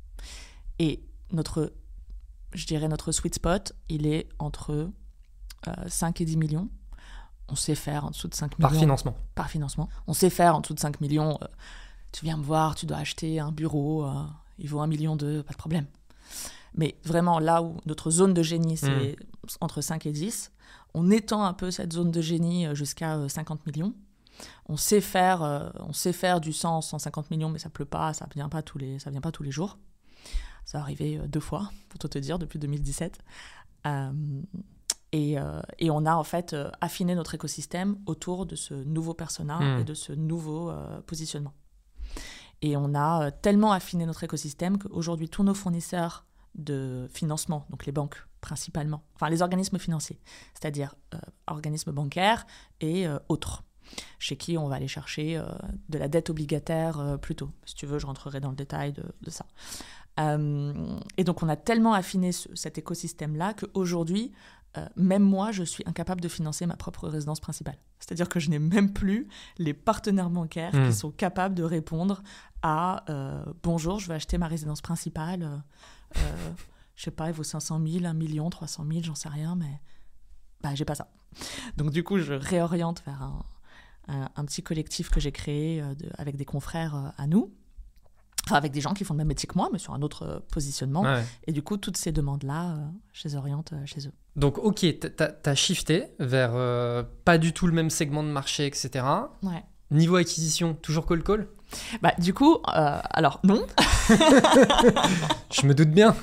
Et notre, je dirais notre sweet spot, il est entre euh, cinq et dix millions. On sait faire en dessous de cinq millions. Par financement. Par financement. On sait faire en dessous de cinq millions. Euh, tu viens me voir, tu dois acheter un bureau, euh, il vaut un million deux, pas de problème. Mais vraiment, là où notre zone de génie, c'est mmh. entre cinq et dix, on étend un peu cette zone de génie jusqu'à cinquante millions. On sait faire, euh, on sait faire du cent, cent cinquante millions, mais ça pleut pas, ça vient pas tous les, ça vient pas tous les jours. Ça est arrivé deux fois, pour tout te dire, depuis deux mille dix-sept. Euh, Et, euh, et on a en fait euh, affiné notre écosystème autour de ce nouveau persona Mmh. et de ce nouveau euh, positionnement. Et on a euh, tellement affiné notre écosystème qu'aujourd'hui, tous nos fournisseurs de financement, donc les banques principalement, enfin les organismes financiers, c'est-à-dire euh, organismes bancaires et euh, autres, chez qui on va aller chercher euh, de la dette obligataire euh, plus tôt. Si tu veux, je rentrerai dans le détail de, de ça. Euh, et donc, on a tellement affiné ce, cet écosystème-là qu'aujourd'hui, euh, même moi, je suis incapable de financer ma propre résidence principale. C'est-à-dire que je n'ai même plus les partenaires bancaires Mmh. qui sont capables de répondre à euh, « Bonjour, je veux acheter ma résidence principale. Euh, euh, je sais pas, elle vaut cinq cent mille, un million, trois cent mille, j'en sais rien, mais bah, j'ai pas ça. » Donc, du coup, je réoriente vers un, un, un petit collectif que j'ai créé euh, de, avec des confrères euh, à nous. Enfin, avec des gens qui font le même métier que moi, mais sur un autre euh, positionnement. Ouais. Et du coup, toutes ces demandes-là, euh, je les oriente euh, chez eux. Donc, ok, t'as, t'as shifté vers euh, pas du tout le même segment de marché, et cetera. Ouais. Niveau acquisition, toujours call-call ? Bah, du coup, euh, alors non, Je me doute bien.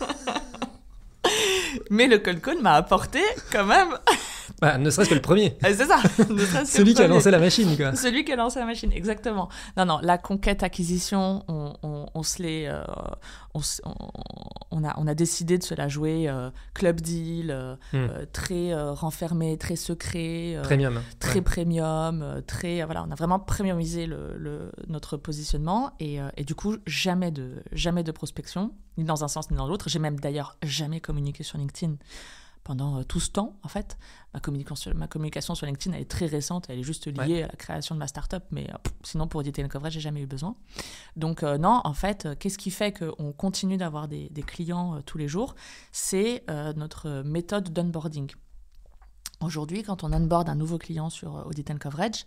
mais le cold call m'a apporté quand même. Bah, ne serait-ce que le premier. Euh, c'est ça, ne serait-ce que Celui le qui a premier. lancé la machine, quoi. Celui qui a lancé la machine, exactement. Non, non, la conquête-acquisition, on, on, on se l'est, euh, on, s- on, on a, on a décidé de se la jouer euh, club deal, euh, Hmm. euh, très euh, renfermé, très secret, euh, Premium. très Ouais. premium, euh, très, euh, voilà, on a vraiment premiumisé le, le- notre positionnement et, euh, et du coup, jamais de, jamais de prospection, ni dans un sens ni dans l'autre. J'ai même d'ailleurs jamais communiqué sur LinkedIn pendant euh, tout ce temps, en fait. Ma communication, ma communication sur LinkedIn, elle est très récente, elle est juste liée Ouais. à la création de ma startup, mais euh, pff, sinon, pour éditer le coverage, j'ai jamais eu besoin. Donc, euh, non, en fait, euh, qu'est-ce qui fait qu'on continue d'avoir des, des clients euh, tous les jours ? C'est euh, notre méthode d'onboarding. Aujourd'hui, quand on onboard un nouveau client sur euh, Audit and Coverage,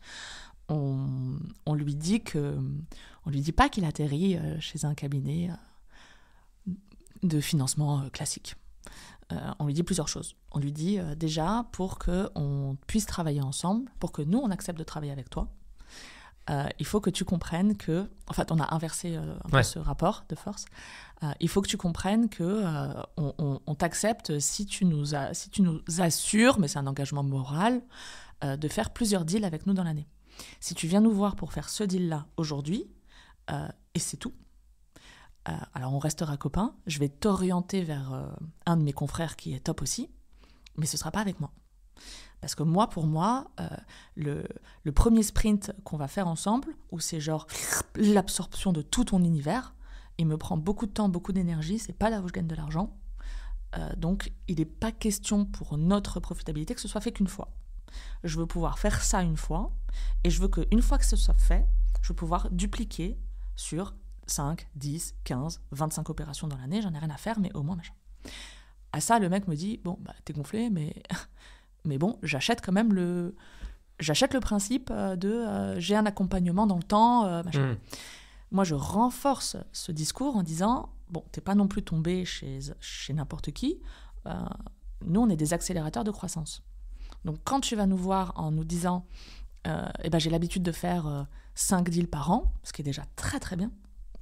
on, on lui dit que, on lui dit pas qu'il atterrit euh, chez un cabinet euh, de financement euh, classique. Euh, on lui dit plusieurs choses. On lui dit euh, déjà pour qu'on puisse travailler ensemble, pour que nous, on accepte de travailler avec toi, euh, il faut que tu comprennes que... En fait, on a inversé euh, un peu Ouais. ce rapport de force. Euh, il faut que tu comprennes que euh, on, on- on t'accepte si tu, nous as, si tu nous assures, mais c'est un engagement moral, euh, de faire plusieurs deals avec nous dans l'année. Si tu viens nous voir pour faire ce deal-là aujourd'hui, euh, et c'est tout, euh, alors on restera copains, je vais t'orienter vers euh, un de mes confrères qui est top aussi, mais ce ne sera pas avec moi. Parce que moi, pour moi, euh, le, le premier sprint qu'on va faire ensemble, où c'est genre l'absorption de tout ton univers, il me prend beaucoup de temps, beaucoup d'énergie, c'est pas là où je gagne de l'argent. Euh, donc il n'est pas question pour notre profitabilité que ce soit fait qu'une fois. Je veux pouvoir faire ça une fois, et je veux qu'une fois que ce soit fait, je veux pouvoir dupliquer sur cinq, dix, quinze, vingt-cinq opérations dans l'année, j'en ai rien à faire, mais au moins machin. À ça, le mec me dit, bon, bah, t'es gonflé, mais, mais bon, j'achète quand même le, j'achète le principe euh, de euh, j'ai un accompagnement dans le temps, euh, machin. Hmm. Moi, je renforce ce discours en disant, bon, t'es pas non plus tombé chez, chez n'importe qui, euh, nous, on est des accélérateurs de croissance. Donc, quand tu vas nous voir en nous disant, euh, eh ben, j'ai l'habitude de faire euh, cinq deals par an, ce qui est déjà très très bien,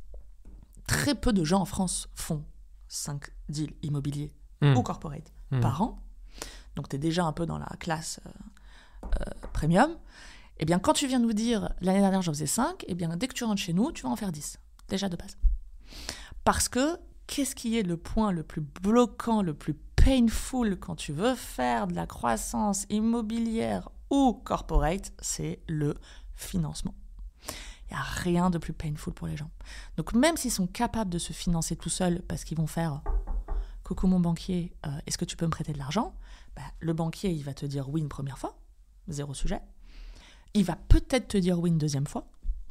très peu de gens en France font cinq deals immobiliers Hmm. ou corporate Hmm. par an. Donc, tu es déjà un peu dans la classe euh, euh, premium. Eh bien, quand tu viens nous dire, l'année dernière, j'en faisais cinq, eh bien, dès que tu rentres chez nous, tu vas en faire dix, déjà de base. Parce que, qu'est-ce qui est le point le plus bloquant, le plus painful quand tu veux faire de la croissance immobilière ou corporate, c'est le financement. Il n'y a rien de plus painful pour les gens. Donc, même s'ils sont capables de se financer tout seuls parce qu'ils vont faire « Coucou mon banquier, euh, est-ce que tu peux me prêter de l'argent ?» Ben, le banquier, il va te dire oui une première fois, zéro sujet. Il va peut-être te dire oui une deuxième fois,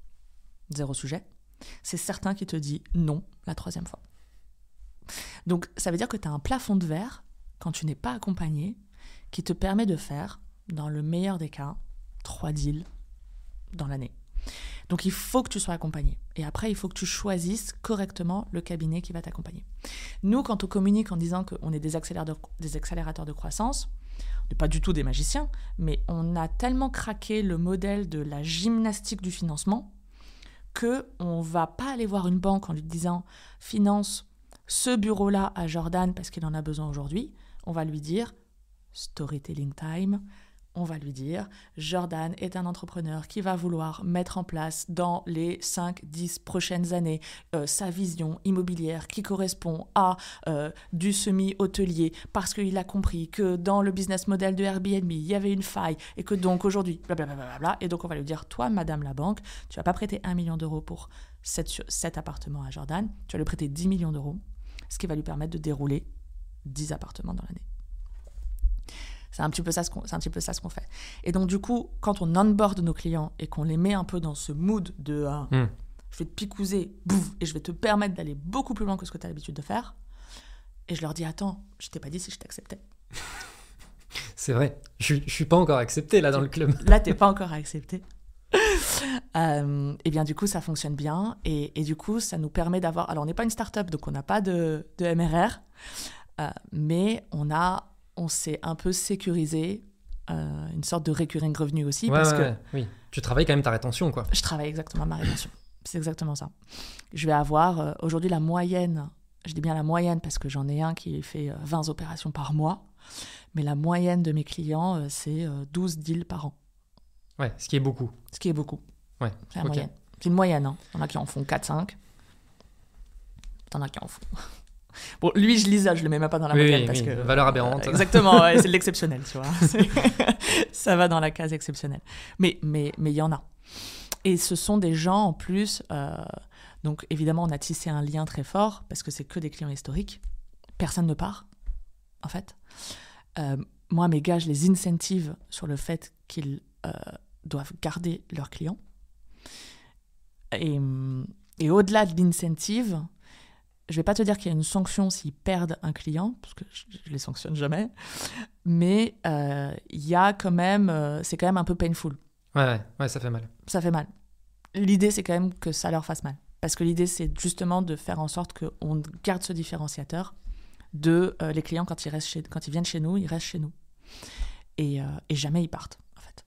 zéro sujet. C'est certain qu'il te dit non la troisième fois. Donc, ça veut dire que tu as un plafond de verre, quand tu n'es pas accompagné, qui te permet de faire, dans le meilleur des cas, trois deals dans l'année. Donc, il faut que tu sois accompagné. Et après, il faut que tu choisisses correctement le cabinet qui va t'accompagner. Nous, quand on communique en disant qu'on est des accélérateurs, des accélérateurs de croissance, on n'est pas du tout des magiciens, mais on a tellement craqué le modèle de la gymnastique du financement qu'on ne va pas aller voir une banque en lui disant « finance ce bureau-là à Jordan parce qu'il en a besoin aujourd'hui ». On va lui dire storytelling time. On va lui dire, Jordan est un entrepreneur qui va vouloir mettre en place dans les cinq dix prochaines années euh, sa vision immobilière qui correspond à euh, du semi-hôtelier parce qu'il a compris que dans le business model de Airbnb, il y avait une faille et que donc aujourd'hui, blablabla. Et donc on va lui dire, toi, madame la banque, tu vas pas prêter un million d'euros pour cet, cet appartement à Jordan, tu vas lui prêter dix millions d'euros, ce qui va lui permettre de dérouler dix appartements dans l'année. C'est un petit peu ça ce qu'on, c'est un petit peu ça ce qu'on fait. Et donc, du coup, quand on onboard nos clients et qu'on les met un peu dans ce mood de euh, mm. je vais te picouser, bouf, et je vais te permettre d'aller beaucoup plus loin que ce que tu as l'habitude de faire, et je leur dis, attends, je t'ai pas dit si je t'acceptais. C'est vrai, je, je suis pas encore accepté là dans le club. Là, t'es pas encore accepté. euh, et bien, du coup, ça fonctionne bien. Et, et du coup, ça nous permet d'avoir... Alors, on n'est pas une start-up, donc on n'a pas de, de M R R, euh, mais on a... on s'est un peu sécurisé euh, une sorte de recurring revenu aussi. Ouais, parce ouais, que ouais, oui. Tu travailles quand même ta rétention, quoi. Je travaille exactement ma rétention. C'est exactement ça. Je vais avoir euh, aujourd'hui la moyenne, je dis bien la moyenne parce que j'en ai un qui fait euh, vingt opérations par mois, mais la moyenne de mes clients, euh, c'est euh, douze deals par an. Ouais, ce qui est beaucoup. Ce qui est beaucoup. Ouais, c'est la okay. moyenne. C'est une moyenne. Hein. Il y en a qui en font quatre cinq. Il y en a qui en font... Bon, lui, je l'isole, je le mets même pas dans la oui, moyenne oui, parce oui, que valeur aberrante. Euh, exactement, ouais, c'est de l'exceptionnel, tu vois. Ça va dans la case exceptionnelle. Mais mais mais il y en a. Et ce sont des gens en plus. Euh, donc évidemment, on a tissé un lien très fort parce que c'est que des clients historiques. Personne ne part, en fait. Euh, moi, mes gars, je les incentive sur le fait qu'ils euh, doivent garder leurs clients. Et, et au-delà de l'incentive, je ne vais pas te dire qu'il y a une sanction s'ils perdent un client, parce que je ne les sanctionne jamais, mais il euh, y a quand même, euh, c'est quand même un peu painful. Ouais, ouais, ouais, ça fait mal. Ça fait mal. L'idée, c'est quand même que ça leur fasse mal. Parce que l'idée, c'est justement de faire en sorte qu'on garde ce différenciateur de euh, les clients, quand ils, restent chez, quand ils viennent chez nous, ils restent chez nous. Et, euh, et jamais ils partent, en fait.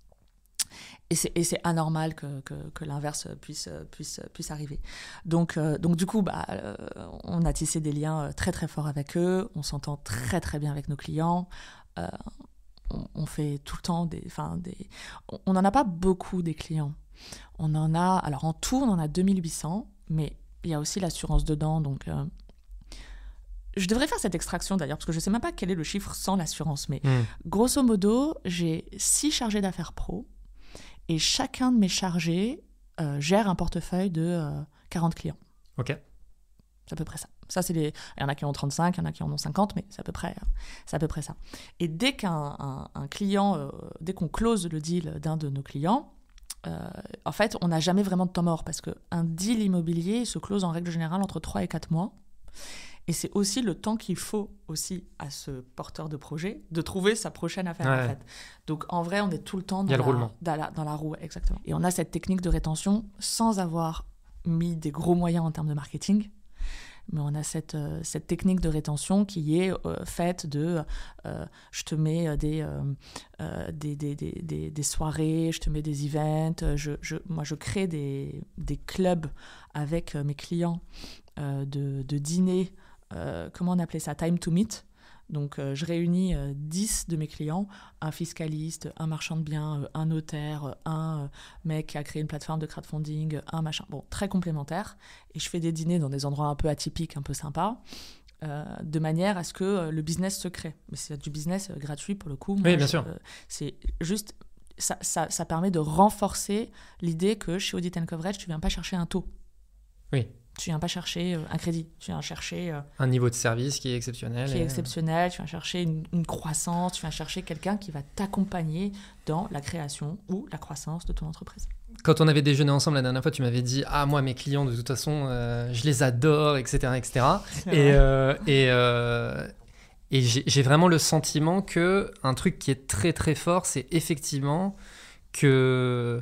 Et c'est, et c'est anormal que, que, que l'inverse puisse, puisse, puisse arriver. Donc, euh, donc du coup, bah, euh, on a tissé des liens très très forts avec eux, on s'entend très très bien avec nos clients, euh, on, on fait tout le temps des... des on n'en a pas beaucoup des clients. On en a... Alors en tout, on en a deux mille huit cents, mais il y a aussi l'assurance dedans, donc... Euh, je devrais faire cette extraction d'ailleurs, parce que je ne sais même pas quel est le chiffre sans l'assurance, mais mmh. grosso modo, j'ai six chargés d'affaires pro, et chacun de mes chargés euh, gère un portefeuille de euh, quarante clients. Ok. C'est à peu près ça. Ça, c'est les... Il y en a qui en ont trente-cinq, il y en a qui en ont cinquante, mais c'est à peu près, c'est à peu près ça. Et dès qu'un un, un client, euh, dès qu'on close le deal d'un de nos clients, euh, en fait, on n'a jamais vraiment de temps mort, parce qu'un deal immobilier se close en règle générale entre trois et quatre mois. Et c'est aussi le temps qu'il faut aussi à ce porteur de projet de trouver sa prochaine affaire, ouais. en fait. Donc, en vrai, on est tout le temps dans, le la, dans, la, dans la roue. Exactement. Et on a cette technique de rétention sans avoir mis des gros moyens en termes de marketing. Mais on a cette, euh, cette technique de rétention qui est euh, faite de euh, je te mets des, euh, euh, des, des, des, des, des soirées, je te mets des events. Je, je, moi, je crée des, des clubs avec mes clients euh, de, de dîner. Euh, comment on appelait ça ? Time to meet. Donc, euh, je réunis euh, dix de mes clients, un fiscaliste, un marchand de biens, euh, un notaire, euh, un euh, mec qui a créé une plateforme de crowdfunding, un machin, bon, très complémentaire. Et je fais des dîners dans des endroits un peu atypiques, un peu sympas, euh, de manière à ce que euh, le business se crée. Mais c'est du business euh, gratuit pour le coup. Moi, oui, bien je, sûr. Euh, c'est juste, ça, ça, ça permet de renforcer l'idée que chez Audit and Coverage, tu ne viens pas chercher un taux. Oui. Tu viens pas chercher un crédit, tu viens chercher... Euh, un niveau de service qui est exceptionnel. Qui et... est exceptionnel, tu viens chercher une, une croissance, tu viens chercher quelqu'un qui va t'accompagner dans la création ou la croissance de ton entreprise. Quand on avait déjeuné ensemble la dernière fois, tu m'avais dit « Ah, moi, mes clients, de toute façon, euh, je les adore, et cetera et cetera » Et, euh, et, euh, et j'ai, j'ai vraiment le sentiment qu'un truc qui est très, très fort, c'est effectivement que...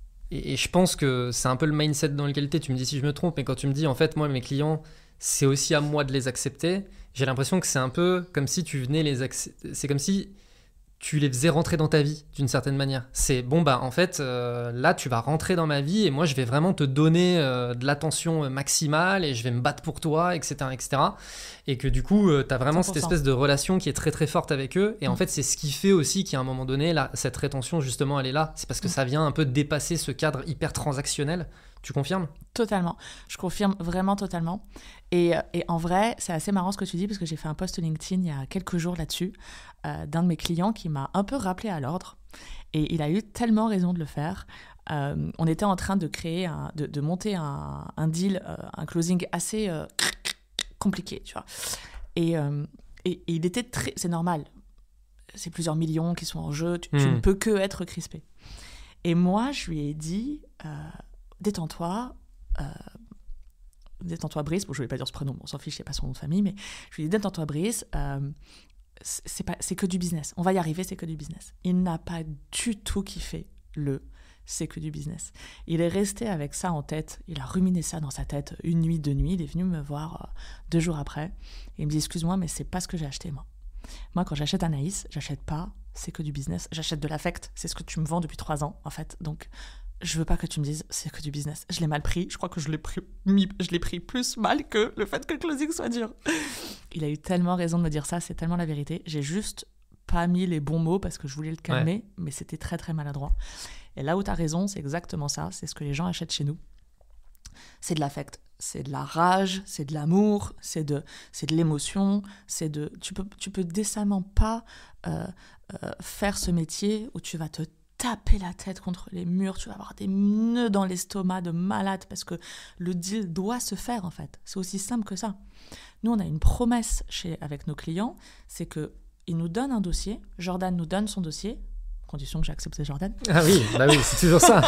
Et je pense que c'est un peu le mindset dans lequel tu es. Tu me dis si je me trompe, mais quand tu me dis, en fait, moi, mes clients, c'est aussi à moi de les accepter, j'ai l'impression que c'est un peu comme si tu venais les accepter. C'est comme si tu les faisais rentrer dans ta vie d'une certaine manière. C'est bon, bah en fait, euh, là, tu vas rentrer dans ma vie et moi, je vais vraiment te donner euh, de l'attention maximale et je vais me battre pour toi, et cetera, et cetera. Et que du coup, euh, tu as vraiment cent pour cent. cette espèce de relation qui est très très forte avec eux. Et Mm. en fait, c'est ce qui fait aussi qu'à un moment donné, là, cette rétention, justement, elle est là. C'est parce que Mm. ça vient un peu dépasser ce cadre hyper transactionnel. Tu confirmes ? Totalement. Je confirme vraiment totalement. Et, et en vrai, c'est assez marrant ce que tu dis parce que j'ai fait un post LinkedIn il y a quelques jours là-dessus euh, d'un de mes clients qui m'a un peu rappelé à l'ordre. Et il a eu tellement raison de le faire. Euh, on était en train de créer, un, de, de monter un, un deal, euh, un closing assez euh, compliqué, tu vois. Et, euh, et, et il était très... C'est normal. C'est plusieurs millions qui sont en jeu. Tu, tu Mm. ne peux que être crispé. Et moi, je lui ai dit... Euh, détends-toi, euh, détends-toi Brice, bon je ne vais pas dire ce prénom, on s'en fiche, c'est pas son nom de famille, mais je lui ai dit détends-toi Brice, euh, c'est, pas, c'est que du business, on va y arriver, c'est que du business. Il n'a pas du tout kiffé le c'est que du business. Il est resté avec ça en tête, il a ruminé ça dans sa tête une nuit, deux nuits, il est venu me voir euh, deux jours après, et il me dit excuse-moi, mais c'est pas ce que j'ai acheté moi. Moi quand j'achète Anaïs, j'achète pas c'est que du business, j'achète de l'affect, c'est ce que tu me vends depuis trois ans en fait, donc je veux pas que tu me dises c'est que du business. Je l'ai mal pris. Je crois que je l'ai pris, je l'ai pris plus mal que le fait que le closing soit dur. Il a eu tellement raison de me dire ça. C'est tellement la vérité. J'ai juste pas mis les bons mots parce que je voulais le calmer, ouais. mais c'était très très maladroit. Et là où tu as raison, c'est exactement ça. C'est ce que les gens achètent chez nous. C'est de l'affect. C'est de la rage, c'est de l'amour, c'est de, c'est de l'émotion. C'est de, tu peux, tu peux décemment pas euh, euh, faire ce métier où tu vas te taper la tête contre les murs, tu vas avoir des nœuds dans l'estomac de malade parce que le deal doit se faire en fait. C'est aussi simple que ça. Nous, on a une promesse chez, avec nos clients, c'est qu'ils nous donnent un dossier, Jordan nous donne son dossier, condition que j'ai accepté Jordan. Ah oui, bah oui, c'est toujours ça.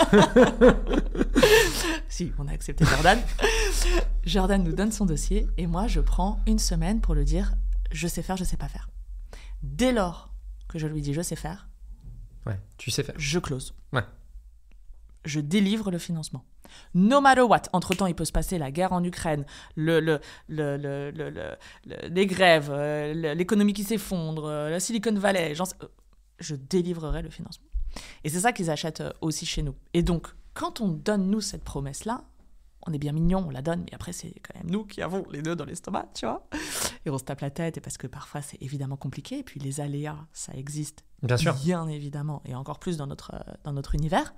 Si, on a accepté Jordan. Jordan nous donne son dossier et moi, je prends une semaine pour le dire, je sais faire, je sais pas faire. Dès lors que je lui dis je sais faire, ouais, tu sais faire. Je close. Ouais. Je délivre le financement. No matter what. Entre-temps, il peut se passer la guerre en Ukraine, le, le, le, le, le, le, le, les grèves, euh, l'économie qui s'effondre, euh, la Silicon Valley. J'en sais, euh, je délivrerai le financement. Et c'est ça qu'ils achètent aussi chez nous. Et donc, quand on donne, nous, cette promesse-là, on est bien mignon, on la donne, mais après, c'est quand même nous qui avons les nœuds dans l'estomac, tu vois. Et on se tape la tête, et parce que parfois, c'est évidemment compliqué. Et puis, les aléas, ça existe. Bien sûr. Bien évidemment, et encore plus dans notre, dans notre univers.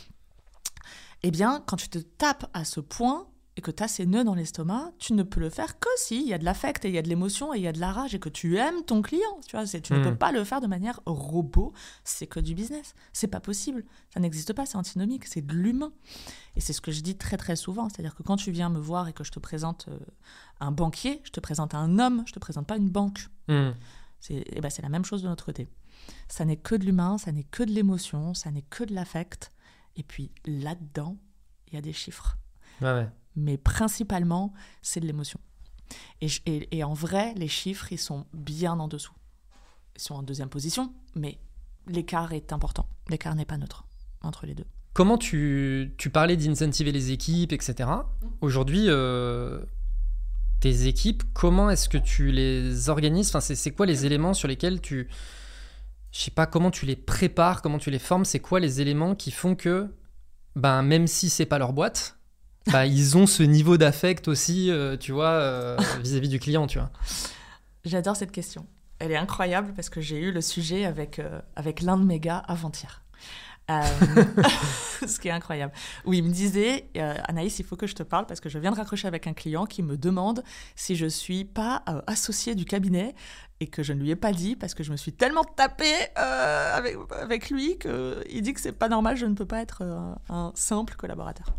Eh bien, quand tu te tapes à ce point et que tu as ces nœuds dans l'estomac, tu ne peux le faire que s'il y a de l'affect et il y a de l'émotion et il y a de la rage et que tu aimes ton client. Tu vois, c'est, tu mmh. ne peux pas le faire de manière robot. C'est que du business. C'est pas possible. Ça n'existe pas. C'est antinomique. C'est de l'humain. Et c'est ce que je dis très, très souvent. C'est-à-dire que quand tu viens me voir et que je te présente euh, un banquier, je te présente un homme, je te présente pas une banque. Mmh. C'est, eh ben, c'est la même chose de notre côté. Ça n'est que de l'humain, ça n'est que de l'émotion, ça n'est que de l'affect. Et puis là-dedans, il y a des chiffres. Ouais, ouais. Mais principalement, c'est de l'émotion. Et, et, et en vrai, les chiffres, ils sont bien en dessous. Ils sont en deuxième position, mais l'écart est important. L'écart n'est pas neutre entre les deux. Comment tu, tu parlais d'incentiver les équipes, et cetera. Aujourd'hui, euh, tes équipes, comment est-ce que tu les organises ? Enfin, c'est, c'est quoi les éléments sur lesquels tu... Je sais pas comment tu les prépares, comment tu les formes, c'est quoi les éléments qui font que, ben, même si c'est pas leur boîte, ben, ils ont ce niveau d'affect aussi, euh, tu vois, euh, vis-à-vis du client, tu vois. J'adore cette question. Elle est incroyable parce que j'ai eu le sujet avec, euh, avec l'un de mes gars avant-hier. Euh, ce qui est incroyable. Où il me disait, euh, Anaïs, il faut que je te parle parce que je viens de raccrocher avec un client qui me demande si je suis pas euh, associée du cabinet et que je ne lui ai pas dit parce que je me suis tellement tapée euh, avec, avec lui qu'il dit que c'est pas normal, je ne peux pas être euh, un simple collaborateur.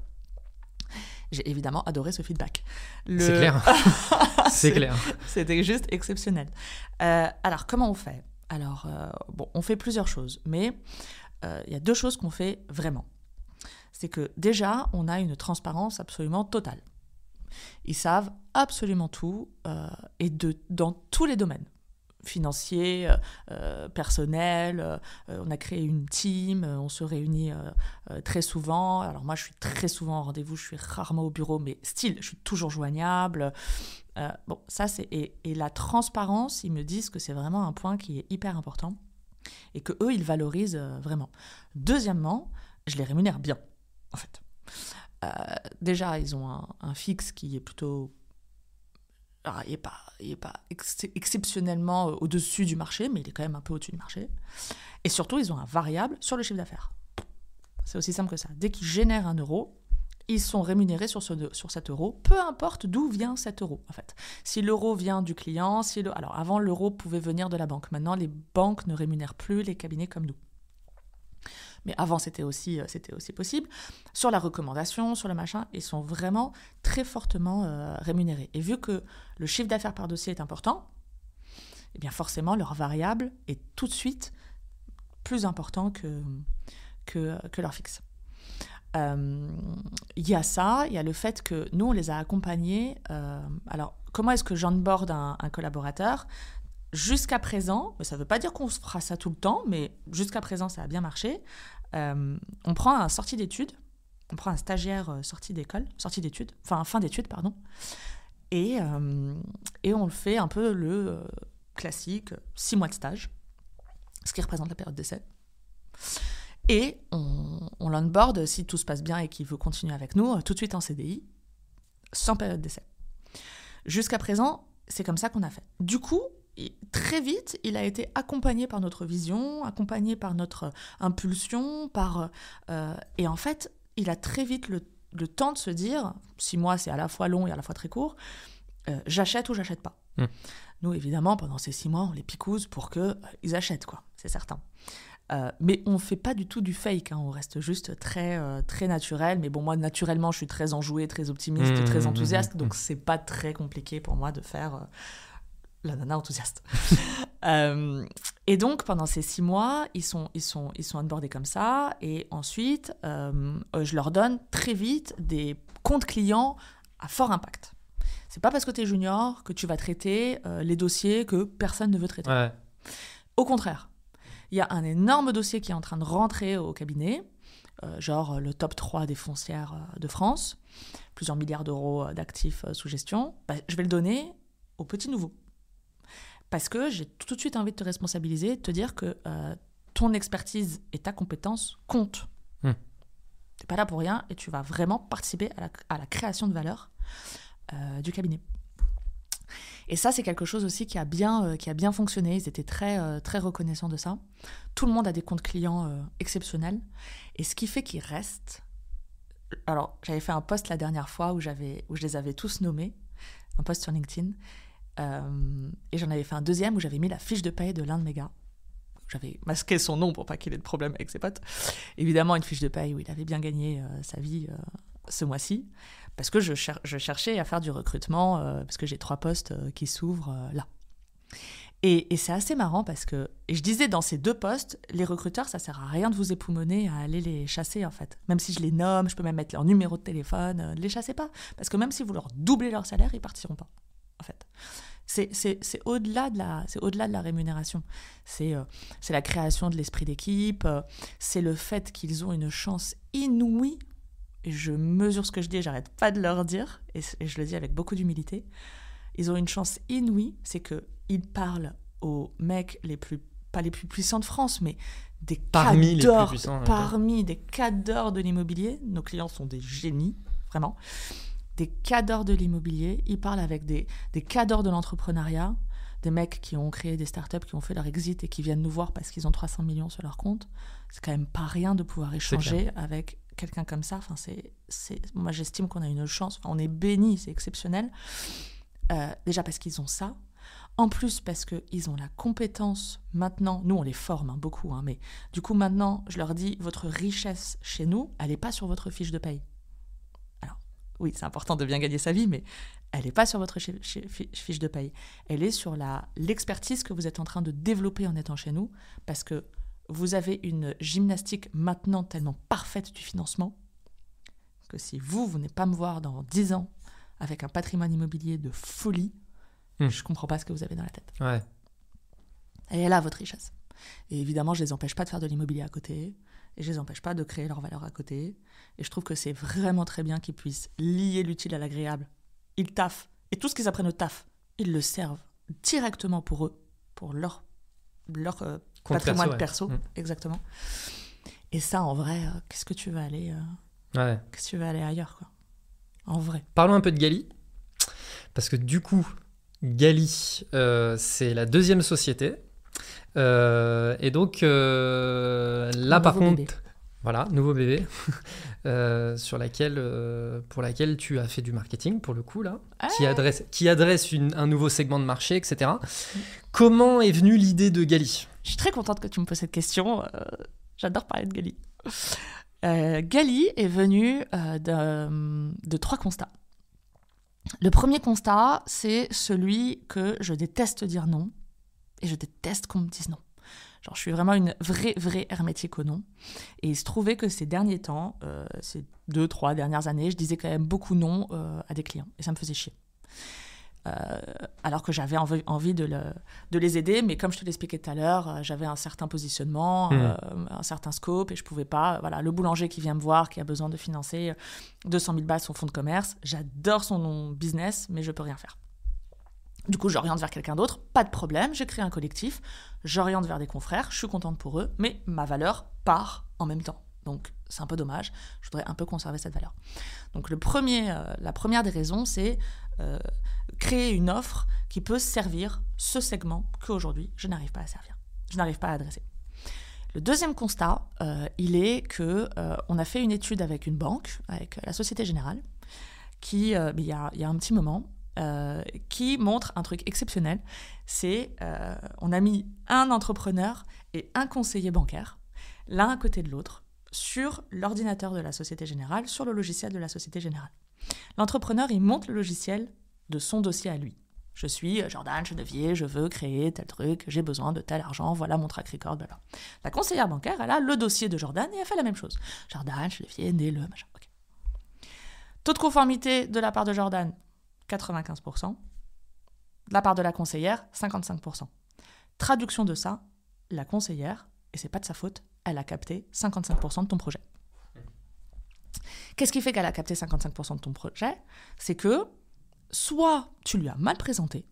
J'ai évidemment adoré ce feedback. Le... C'est clair. c'est, c'est clair. C'était juste exceptionnel. Euh, alors, comment on fait ? Alors, euh, bon, on fait plusieurs choses, mais il euh, y a deux choses qu'on fait vraiment. C'est que déjà, on a une transparence absolument totale. Ils savent absolument tout euh, et de, dans tous les domaines. Financier, euh, personnel, euh, on a créé une team, euh, on se réunit euh, euh, très souvent. Alors moi, je suis très souvent en rendez-vous, je suis rarement au bureau, mais style, je suis toujours joignable. Euh, bon, ça c'est... Et, et la transparence, ils me disent que c'est vraiment un point qui est hyper important. et que eux, ils valorisent euh, vraiment. Deuxièmement, je les rémunère bien, en fait. Euh, déjà, ils ont un, un fixe qui est plutôt... Alors, il n'est pas, il est pas ex- exceptionnellement euh, au-dessus du marché, mais il est quand même un peu au-dessus du marché. Et surtout, ils ont un variable sur le chiffre d'affaires. C'est aussi simple que ça. Dès qu'ils génèrent un euro, ils sont rémunérés sur, ce, sur cet euro, peu importe d'où vient cet euro, en fait. Si l'euro vient du client, si le... alors avant, l'euro pouvait venir de la banque. Maintenant, les banques ne rémunèrent plus les cabinets comme nous. Mais avant, c'était aussi, c'était aussi possible. Sur la recommandation, sur le machin, ils sont vraiment très fortement euh, rémunérés. Et vu que le chiffre d'affaires par dossier est important, eh bien forcément, leur variable est tout de suite plus important que, que, que leur fixe. Il euh, y a ça, il y a le fait que nous, on les a accompagnés. Euh, alors, comment est-ce que j'onboard un, un collaborateur ? Jusqu'à présent, ça ne veut pas dire qu'on fera ça tout le temps, mais jusqu'à présent, ça a bien marché. Euh, on prend un sorti d'études, on prend un stagiaire euh, sorti d'école, sorti d'études, enfin fin d'études, pardon, et, euh, et on le fait un peu le euh, classique, six mois de stage, ce qui représente la période d'essai. Et on, on l'onboard, si tout se passe bien et qu'il veut continuer avec nous, tout de suite en C D I, sans période d'essai. Jusqu'à présent, c'est comme ça qu'on a fait. Du coup, très vite, il a été accompagné par notre vision, accompagné par notre impulsion, par, euh, et en fait, il a très vite le, le temps de se dire, six mois c'est à la fois long et à la fois très court, euh, j'achète ou j'achète pas. Mmh. Nous, évidemment, pendant ces six mois, on les picouse pour qu'ils euh, achètent, quoi, c'est certain. Euh, mais on ne fait pas du tout du fake, hein, on reste juste très, euh, très naturel. Mais bon, moi, naturellement, je suis très enjouée, très optimiste, mmh, très enthousiaste, mmh, donc mmh. c'est pas très compliqué pour moi de faire... Euh, la nana enthousiaste. euh, et donc, pendant ces six mois, ils sont, ils sont, ils sont onboardés comme ça. Et ensuite, euh, je leur donne très vite des comptes clients à fort impact. C'est pas parce que tu es junior que tu vas traiter euh, les dossiers que personne ne veut traiter. Ouais. Au contraire, il y a un énorme dossier qui est en train de rentrer au cabinet, euh, genre le top trois des foncières de France, plusieurs milliards d'euros d'actifs sous gestion. Bah, je vais le donner aux petits nouveaux. Parce que j'ai tout de suite envie de te responsabiliser, de te dire que euh, ton expertise et ta compétence comptent. Mmh. Tu n'es pas là pour rien et tu vas vraiment participer à la, à la création de valeur euh, du cabinet. Et ça, c'est quelque chose aussi qui a bien, euh, qui a bien fonctionné. Ils étaient très, euh, très reconnaissants de ça. Tout le monde a des comptes clients euh, exceptionnels. Et ce qui fait qu'ils restent... Alors, j'avais fait un post la dernière fois où, j'avais, où je les avais tous nommés, un post sur LinkedIn. Euh, et j'en avais fait un deuxième où j'avais mis la fiche de paye de l'un de mes gars. J'avais masqué son nom pour pas qu'il ait de problème avec ses potes. Évidemment, une fiche de paye où il avait bien gagné euh, sa vie euh, ce mois-ci. Parce que je, cher- je cherchais à faire du recrutement, euh, parce que j'ai trois postes euh, qui s'ouvrent euh, là. Et, et c'est assez marrant parce que... Et je disais dans ces deux postes, les recruteurs, ça sert à rien de vous époumoner à aller les chasser, en fait. Même si je les nomme, je peux même mettre leur numéro de téléphone, euh, ne les chassez pas. Parce que même si vous leur doublez leur salaire, ils partiront pas. En fait, c'est, c'est, c'est, au-delà de la, c'est au-delà de la rémunération. C'est, euh, c'est la création de l'esprit d'équipe, euh, c'est le fait qu'ils ont une chance inouïe, et je mesure ce que je dis et j'arrête pas de leur dire, et, et je le dis avec beaucoup d'humilité, ils ont une chance inouïe, c'est qu'ils parlent aux mecs les plus, pas les plus puissants de France, mais des parmi cadors, les plus puissants, parmi des cadors de l'immobilier. Nos clients sont des génies, vraiment. Des cadors de l'immobilier, ils parlent avec des, des cadors de l'entrepreneuriat, des mecs qui ont créé des startups, qui ont fait leur exit et qui viennent nous voir parce qu'ils ont trois cents millions sur leur compte. C'est quand même pas rien de pouvoir échanger avec quelqu'un comme ça. Enfin, c'est, c'est, moi, j'estime qu'on a une chance. Enfin, on est bénis, c'est exceptionnel. Euh, déjà parce qu'ils ont ça. En plus, parce qu'ils ont la compétence maintenant. Nous, on les forme hein, beaucoup, hein, mais du coup, maintenant, je leur dis, votre richesse chez nous, elle n'est pas sur votre fiche de paye. Oui, c'est important de bien gagner sa vie, mais elle n'est pas sur votre fiche de paye. Elle est sur la, l'expertise que vous êtes en train de développer en étant chez nous, parce que vous avez une gymnastique maintenant tellement parfaite du financement, que si vous, vous n'allez pas me voir dans dix ans avec un patrimoine immobilier de folie, mmh. je ne comprends pas ce que vous avez dans la tête. Ouais. Elle est là, votre richesse. Et évidemment, je ne les empêche pas de faire de l'immobilier à côté. Et je ne les empêche pas de créer leur valeur à côté. Et je trouve que c'est vraiment très bien qu'ils puissent lier l'utile à l'agréable. Ils taffent. Et tout ce qu'ils apprennent au taf, ils le servent directement pour eux, pour leur, leur euh, Compte patrimoine perso, perso, ouais. Mmh. exactement. Et ça, en vrai, euh, qu'est-ce que tu veux aller, euh, Ouais. qu'est-ce que tu veux aller ailleurs, quoi. En vrai. Parlons un peu de Gali, parce que du coup, Gali, euh, c'est la deuxième société. Euh, et donc, euh, là, Un par nouveau contre, bébé. voilà, nouveau bébé, euh, sur laquelle, euh, pour laquelle tu as fait du marketing, pour le coup, là, Ah. qui adresse, qui adresse une- un nouveau segment de marché, et cetera. Comment est venue l'idée de Gali ? Je suis très contente que tu me poses cette question. Euh, j'adore parler de Gali. Euh, Gali est venu euh, de, de trois constats. Le premier constat, c'est celui que je déteste dire non et je déteste qu'on me dise non. Genre, je suis vraiment une vraie, vraie hermétique au non. Et il se trouvait que ces derniers temps, euh, ces deux, trois dernières années, je disais quand même beaucoup non euh, à des clients. Et ça me faisait chier. Euh, alors que j'avais envie, envie de, le, de les aider, mais comme je te l'expliquais tout à l'heure, euh, j'avais un certain positionnement, Mmh. euh, un certain scope, et je pouvais pas... Voilà, le boulanger qui vient me voir, qui a besoin de financer deux cent mille balles son fonds de commerce, j'adore son business, mais je peux rien faire. Du coup, j'oriente vers quelqu'un d'autre, pas de problème, j'ai créé un collectif, j'oriente vers des confrères, je suis contente pour eux, mais ma valeur part en même temps. Donc, c'est un peu dommage, je voudrais un peu conserver cette valeur. Donc, le premier, euh, la première des raisons, c'est euh, créer une offre qui peut servir ce segment qu'aujourd'hui, je n'arrive pas à servir, je n'arrive pas à adresser. Le deuxième constat, euh, il est qu'on euh, a fait une étude avec une banque, avec la Société Générale, qui, euh, il y a, il y a un petit moment, Euh, qui montre un truc exceptionnel. C'est, euh, on a mis un entrepreneur et un conseiller bancaire, l'un à côté de l'autre, sur l'ordinateur de la Société Générale, sur le logiciel de la Société Générale. L'entrepreneur, il monte le logiciel de son dossier à lui. Je suis Jordan Chenevier, je veux créer tel truc, j'ai besoin de tel argent, voilà mon track record, blablabla. La conseillère bancaire, elle a le dossier de Jordan et elle fait la même chose. Jordan Chenevier, né le, machin. Okay. Taux de conformité de la part de Jordan, quatre-vingt-quinze pour cent. De la part de la conseillère, cinquante-cinq pour cent. Traduction de ça, la conseillère, et c'est pas de sa faute, elle a capté cinquante-cinq pour cent de ton projet. Qu'est-ce qui fait qu'elle a capté cinquante-cinq pour cent de ton projet ? C'est que soit tu lui as mal présenté,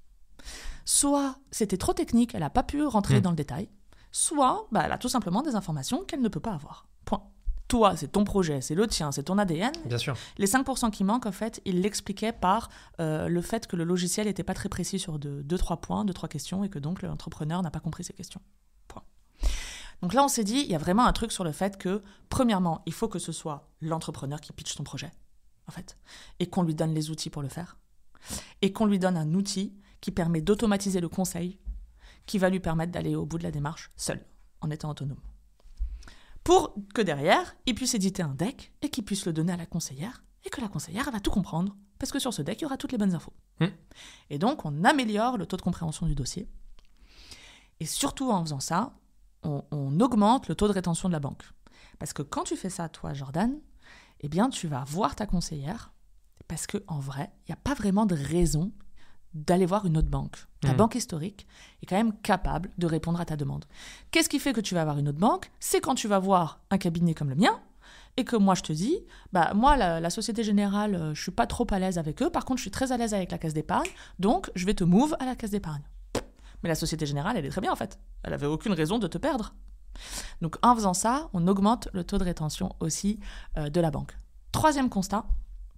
soit c'était trop technique, elle n'a pas pu rentrer mmh. dans le détail, soit bah, elle a tout simplement des informations qu'elle ne peut pas avoir. Point. Toi, c'est ton projet, c'est le tien, c'est ton A D N. Bien sûr. Les cinq pour cent qui manquent, en fait, il l'expliquait par euh, le fait que le logiciel n'était pas très précis sur deux trois points, deux trois questions, et que donc l'entrepreneur n'a pas compris ces questions. Point. Donc là, on s'est dit, il y a vraiment un truc sur le fait que, premièrement, il faut que ce soit l'entrepreneur qui pitche son projet, en fait, et qu'on lui donne les outils pour le faire, et qu'on lui donne un outil qui permet d'automatiser le conseil, qui va lui permettre d'aller au bout de la démarche seul, en étant autonome. Pour que derrière, il puisse éditer un deck et qu'il puisse le donner à la conseillère et que la conseillère va tout comprendre parce que sur ce deck, il y aura toutes les bonnes infos. Mmh. Et donc, on améliore le taux de compréhension du dossier. Et surtout, en faisant ça, on, on augmente le taux de rétention de la banque. Parce que quand tu fais ça, toi, Jordan, eh bien, tu vas voir ta conseillère parce qu'en vrai, il n'y a pas vraiment de raison d'aller voir une autre banque. Ta mmh. banque historique est quand même capable de répondre à ta demande. Qu'est-ce qui fait que tu vas avoir une autre banque ? C'est quand tu vas voir un cabinet comme le mien et que moi je te dis, bah moi la, la Société Générale, euh, je suis pas trop à l'aise avec eux, par contre je suis très à l'aise avec la Caisse d'Épargne, donc je vais te move à la Caisse d'Épargne. Mais la Société Générale, elle est très bien en fait. Elle avait aucune raison de te perdre. Donc en faisant ça, on augmente le taux de rétention aussi euh, de la banque. Troisième constat,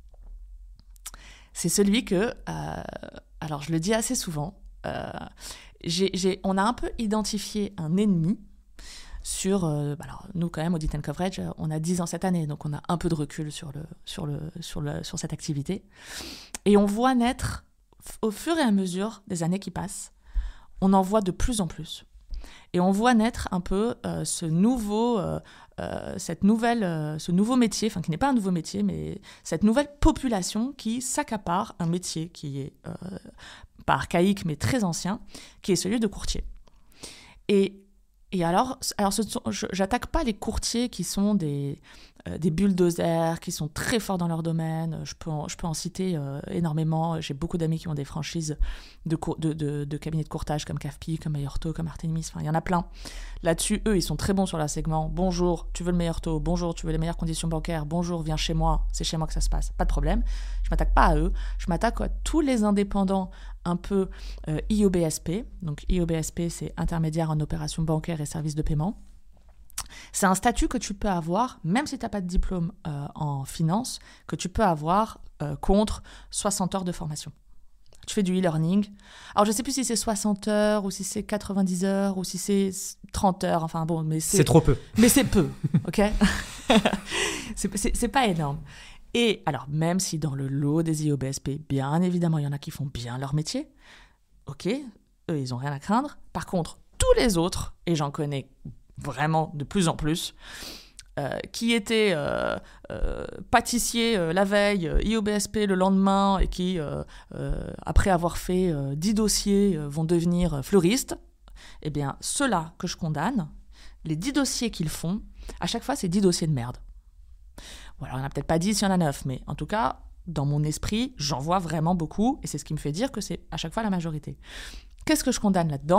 c'est celui que, euh, alors je le dis assez souvent, euh, j'ai, j'ai, on a un peu identifié un ennemi sur, euh, alors nous quand même, Audit and Coverage, on a dix ans cette année, donc on a un peu de recul sur, le, sur, le, sur, le, sur cette activité. Et on voit naître, au fur et à mesure des années qui passent, on en voit de plus en plus. Et on voit naître un peu euh, ce nouveau, euh, euh, cette nouvelle, euh, ce nouveau métier, enfin qui n'est pas un nouveau métier, mais cette nouvelle population qui s'accapare un métier qui est euh, pas archaïque mais très ancien, qui est celui de courtier. Et, et alors, alors ce sont, je, j'attaque pas les courtiers qui sont des, euh, des bulldozers qui sont très forts dans leur domaine. Je peux en, je peux en citer euh, énormément. J'ai beaucoup d'amis qui ont des franchises de, cour- de, de, de cabinets de courtage comme C A F P I, comme Meilleur Taux, comme Artémis. Enfin, il y en a plein. Là-dessus, eux, ils sont très bons sur leur segment. Bonjour, tu veux le meilleur taux. Bonjour, tu veux les meilleures conditions bancaires. Bonjour, viens chez moi. C'est chez moi que ça se passe. Pas de problème. Je m'attaque pas à eux. Je m'attaque à tous les indépendants un peu euh, I O B S P. Donc, I O B S P, c'est intermédiaire en opérations bancaires et services de paiement. C'est un statut que tu peux avoir, même si tu n'as pas de diplôme euh, en finance, que tu peux avoir euh, contre soixante heures de formation. Tu fais du e-learning. Alors, je ne sais plus si c'est soixante heures, ou si c'est quatre-vingt-dix heures, ou si c'est trente heures. Enfin, bon, mais c'est... C'est trop peu. Mais c'est peu, OK. c'est, c'est, c'est pas énorme. Et alors, même si dans le lot des I O B S P, bien évidemment, il y en a qui font bien leur métier, OK, eux, ils n'ont rien à craindre. Par contre, tous les autres, et j'en connais vraiment de plus en plus, euh, qui étaient euh, euh, pâtissiers euh, la veille, euh, I O B S P le lendemain, et qui, euh, euh, après avoir fait euh, dix dossiers, euh, vont devenir euh, fleuristes, eh bien, ceux-là que je condamne, les dix dossiers qu'ils font, à chaque fois, c'est dix dossiers de merde. Voilà, il n'y en a peut-être pas dix, il y en a neuf, mais en tout cas, dans mon esprit, j'en vois vraiment beaucoup, et c'est ce qui me fait dire que c'est à chaque fois la majorité. Qu'est-ce que je condamne là-dedans ?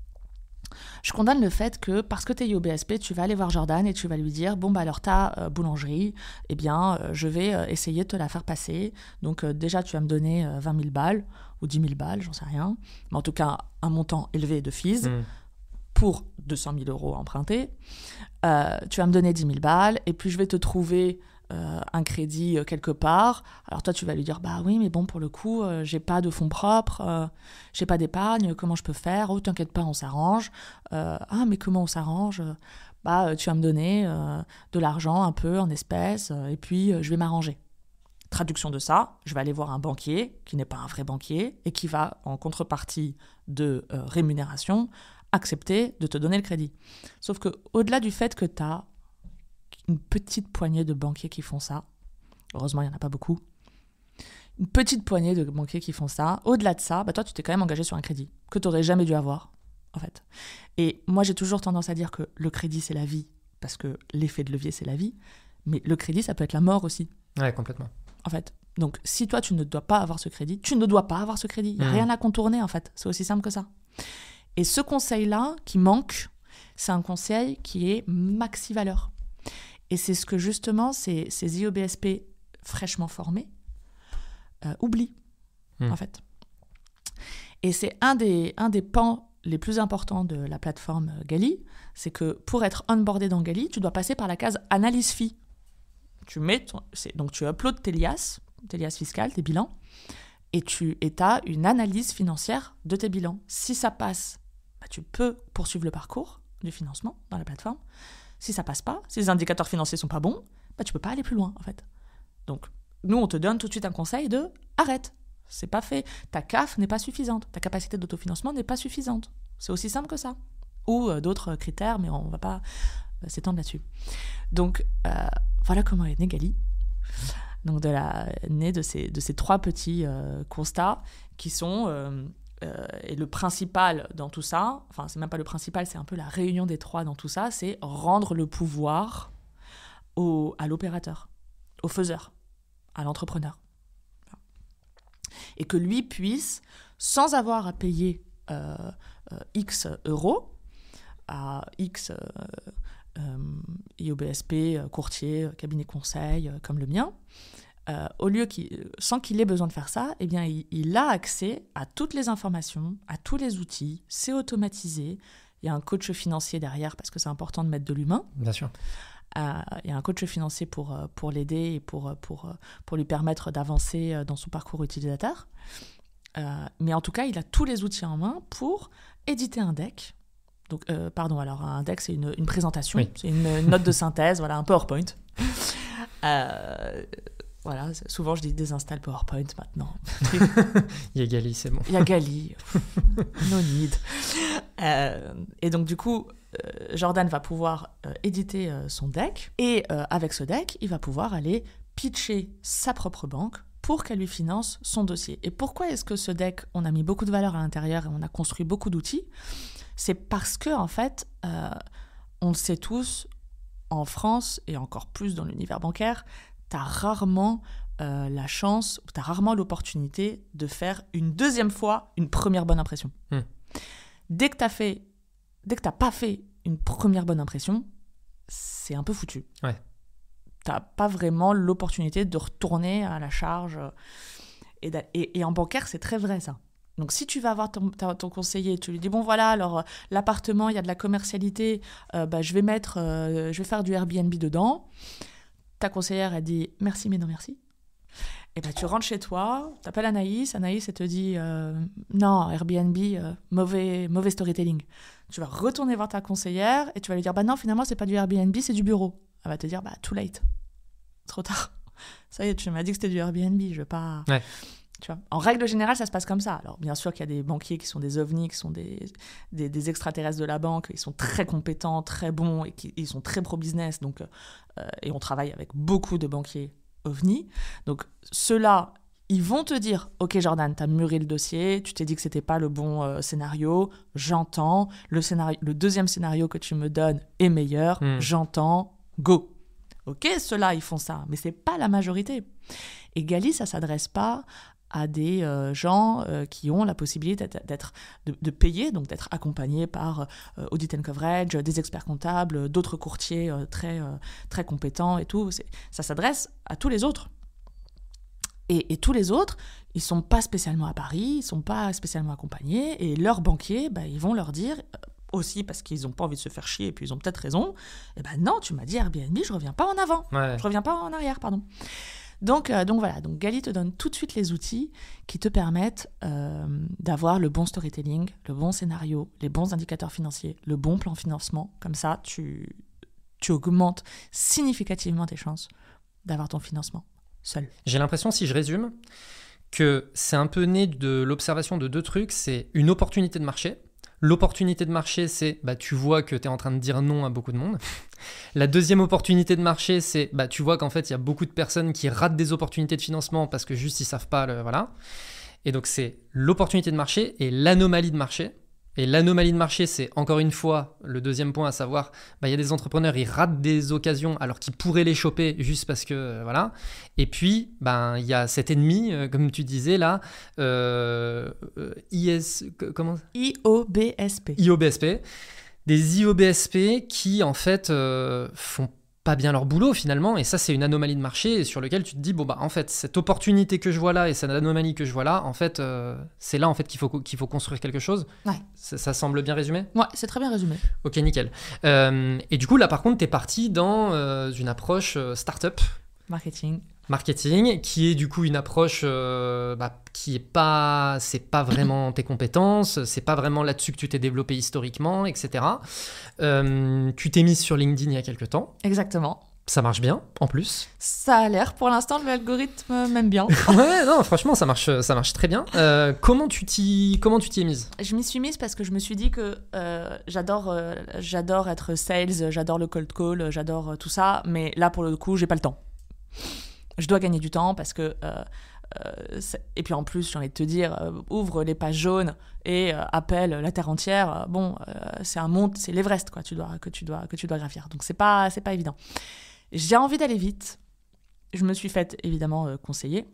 Je condamne le fait que, parce que tu es I O B S P, tu vas aller voir Jordan et tu vas lui dire « Bon, bah alors ta euh, boulangerie, eh bien, euh, je vais euh, essayer de te la faire passer. Donc euh, déjà, tu vas me donner euh, vingt mille balles ou dix mille balles, j'en sais rien. Mais en tout cas, un montant élevé de fees mmh. pour deux cent mille euros empruntés. Euh, tu vas me donner dix mille balles et puis je vais te trouver... Euh, un crédit euh, quelque part. Alors toi, tu vas lui dire, bah oui, mais bon, pour le coup, euh, j'ai pas de fonds propres, euh, j'ai pas d'épargne, comment je peux faire ? Oh, t'inquiète pas, on s'arrange. Euh, ah, mais comment on s'arrange ? Bah, euh, tu vas me donner euh, de l'argent un peu en espèces, euh, et puis euh, je vais m'arranger. Traduction de ça, je vais aller voir un banquier, qui n'est pas un vrai banquier, et qui va, en contrepartie de euh, rémunération, accepter de te donner le crédit. Sauf que, au-delà du fait que tu as une petite poignée de banquiers qui font ça. Heureusement, il n'y en a pas beaucoup. Une petite poignée de banquiers qui font ça. Au-delà de ça, bah toi, tu t'es quand même engagé sur un crédit que tu n'aurais jamais dû avoir, en fait. Et moi, j'ai toujours tendance à dire que le crédit, c'est la vie, parce que l'effet de levier, c'est la vie. Mais le crédit, ça peut être la mort aussi. Ouais, complètement. En fait. Donc, si toi, tu ne dois pas avoir ce crédit, tu ne dois pas avoir ce crédit. Il n'y a mmh. rien à contourner, en fait. C'est aussi simple que ça. Et ce conseil-là, qui manque, c'est un conseil qui est maxi-valeur. Et c'est ce que justement ces, ces I O B S P fraîchement formés euh, oublient, mmh. en fait. Et c'est un des, un des pans les plus importants de la plateforme Gali, c'est que pour être onboardé dans Gali, tu dois passer par la case analyse fee. Tu mets ton, c'est, donc tu uploads tes L I A S, tes L I A S fiscales, tes bilans, et tu as une analyse financière de tes bilans. Si ça passe, bah, tu peux poursuivre le parcours du financement dans la plateforme. Si ça passe pas, si les indicateurs financiers sont pas bons, bah tu peux pas aller plus loin en fait. Donc nous on te donne tout de suite un conseil de arrête, c'est pas fait. Ta C A F n'est pas suffisante, ta capacité d'autofinancement n'est pas suffisante. C'est aussi simple que ça. Ou euh, d'autres critères, mais on va pas euh, s'étendre là-dessus. Donc euh, voilà comment est né Gali. Donc de la née de ces de ces trois petits euh, constats qui sont euh, Euh, et le principal dans tout ça, enfin c'est même pas le principal, c'est un peu la réunion des trois dans tout ça, c'est rendre le pouvoir au, à l'opérateur, au faiseur, à l'entrepreneur. Et que lui puisse, sans avoir à payer euh, euh, X euros à X euh, euh, I O B S P, courtier, cabinet conseil euh, comme le mien, Euh, au lieu qu'il, sans qu'il ait besoin de faire ça, eh bien, il, il a accès à toutes les informations, à tous les outils, c'est automatisé. Il y a un coach financier derrière parce que c'est important de mettre de l'humain. Bien sûr. Euh, il y a un coach financier pour, pour l'aider et pour, pour, pour lui permettre d'avancer dans son parcours utilisateur. Euh, mais en tout cas, il a tous les outils en main pour éditer un deck. Donc, euh, pardon, alors un deck, c'est une, une présentation, oui. c'est une, une note de synthèse, voilà, un PowerPoint. Euh, Voilà, souvent je dis désinstalle PowerPoint maintenant. Il y a Gali, c'est bon. Il y a Gali, no need. Euh, et donc du coup, euh, Jordan va pouvoir euh, éditer euh, son deck et euh, avec ce deck, il va pouvoir aller pitcher sa propre banque pour qu'elle lui finance son dossier. Et pourquoi est-ce que ce deck, on a mis beaucoup de valeur à l'intérieur et on a construit beaucoup d'outils ? C'est parce que en fait, euh, on le sait tous, en France, et encore plus dans l'univers bancaire, tu as rarement euh, la chance, tu as rarement l'opportunité de faire une deuxième fois une première bonne impression. Mm. Dès que tu as fait, dès que tu n'as pas fait une première bonne impression, c'est un peu foutu. Ouais. Tu n'as pas vraiment l'opportunité de retourner à la charge. Et, et, et en bancaire, c'est très vrai, ça. Donc, si tu vas voir ton, ton conseiller, tu lui dis, bon, voilà, alors, euh, l'appartement, il y a de la commercialité, euh, bah, je vais mettre, euh, je vais faire du Airbnb dedans. Ta conseillère, elle dit, merci, mais non, merci. Et ben, tu rentres chez toi, tu appelles Anaïs, Anaïs, elle te dit, euh, non, Airbnb, euh, mauvais, mauvais storytelling. Tu vas retourner voir ta conseillère et tu vas lui dire, bah non, finalement, c'est pas du Airbnb, c'est du bureau. Elle va te dire, bah, too late. Trop tard. Ça y est, tu m'as dit que c'était du Airbnb, je veux pas... Ouais. Tu vois, en règle générale, ça se passe comme ça. Alors, bien sûr qu'il y a des banquiers qui sont des ovnis, qui sont des, des, des extraterrestres de la banque. Ils sont très compétents, très bons, et qui, ils sont très pro-business. Donc, euh, et on travaille avec beaucoup de banquiers ovnis. Donc, ceux-là, ils vont te dire, « Ok, Jordan, tu as mûri le dossier, tu t'es dit que ce n'était pas le bon euh, scénario, j'entends. Le, scénario, le deuxième scénario que tu me donnes est meilleur, mmh. j'entends, go. » Ok, ceux-là, ils font ça, mais ce n'est pas la majorité. Et Gali, ça ne s'adresse pas à des euh, gens euh, qui ont la possibilité d'être, d'être, de, de payer, donc d'être accompagnés par euh, Audit and Coverage, des experts comptables, d'autres courtiers euh, très, euh, très compétents et tout. C'est, ça s'adresse à tous les autres. Et, et tous les autres, ils ne sont pas spécialement à Paris, ils ne sont pas spécialement accompagnés, et leurs banquiers, bah, ils vont leur dire, euh, aussi parce qu'ils n'ont pas envie de se faire chier, et puis ils ont peut-être raison, eh ben non, tu m'as dit Airbnb, je ne reviens pas en avant, ouais. je ne reviens pas en arrière, pardon. Donc, euh, donc voilà, donc Gali te donne tout de suite les outils qui te permettent euh, d'avoir le bon storytelling, le bon scénario, les bons indicateurs financiers, le bon plan financement. Comme ça, tu, tu augmentes significativement tes chances d'avoir ton financement seul. J'ai l'impression, si je résume, que c'est un peu né de l'observation de deux trucs. C'est une opportunité de marché. L'opportunité de marché, c'est bah, tu vois que tu es en train de dire non à beaucoup de monde. La deuxième opportunité de marché, c'est bah, tu vois qu'en fait, il y a beaucoup de personnes qui ratent des opportunités de financement parce que juste, ils ne savent pas. Le, voilà. Et donc, c'est l'opportunité de marché et l'anomalie de marché. Et l'anomalie de marché, c'est encore une fois le deuxième point, à savoir, bah, y a des entrepreneurs, ils ratent des occasions alors qu'ils pourraient les choper juste parce que, euh, voilà. Et puis, il ben, y a cet ennemi, euh, comme tu disais là, euh, euh, I S, comment I O B S P. I O B S P. Des I O B S P qui, en fait, euh, font pas bien leur boulot finalement, et ça c'est une anomalie de marché sur lequel tu te dis bon bah en fait cette opportunité que je vois là et cette anomalie que je vois là, en fait euh, c'est là en fait qu'il faut qu'il faut construire quelque chose. Ouais. Ça, ça semble bien résumé. Ouais, c'est très bien résumé. Ok, nickel. Euh, et du coup là par contre t'es parti dans euh, une approche euh, startup. Marketing. Marketing, qui est du coup une approche euh, bah, qui est pas, c'est pas vraiment tes compétences, c'est pas vraiment là-dessus que tu t'es développé historiquement, et cetera. Euh, tu t'es mise sur LinkedIn il y a quelques temps. Exactement. Ça marche bien, en plus. Ça a l'air, pour l'instant, l'algorithme m'aime bien. Ouais, non, franchement, ça marche, ça marche très bien. Euh, comment tu t'y, comment tu t'y es mise ? Je m'y suis mise parce que je me suis dit que euh, j'adore, euh, j'adore être sales, j'adore le cold call, j'adore euh, tout ça, mais là, pour le coup, j'ai pas le temps. Je dois gagner du temps parce que... Euh, euh, et puis en plus, j'ai envie de te dire, euh, ouvre les pages jaunes et euh, appelle la terre entière. Euh, bon, euh, c'est un mont, c'est l'Everest quoi, tu dois, que, tu dois, que tu dois gravir. Donc c'est pas, c'est pas évident. J'ai envie d'aller vite. Je me suis faite évidemment euh, conseiller.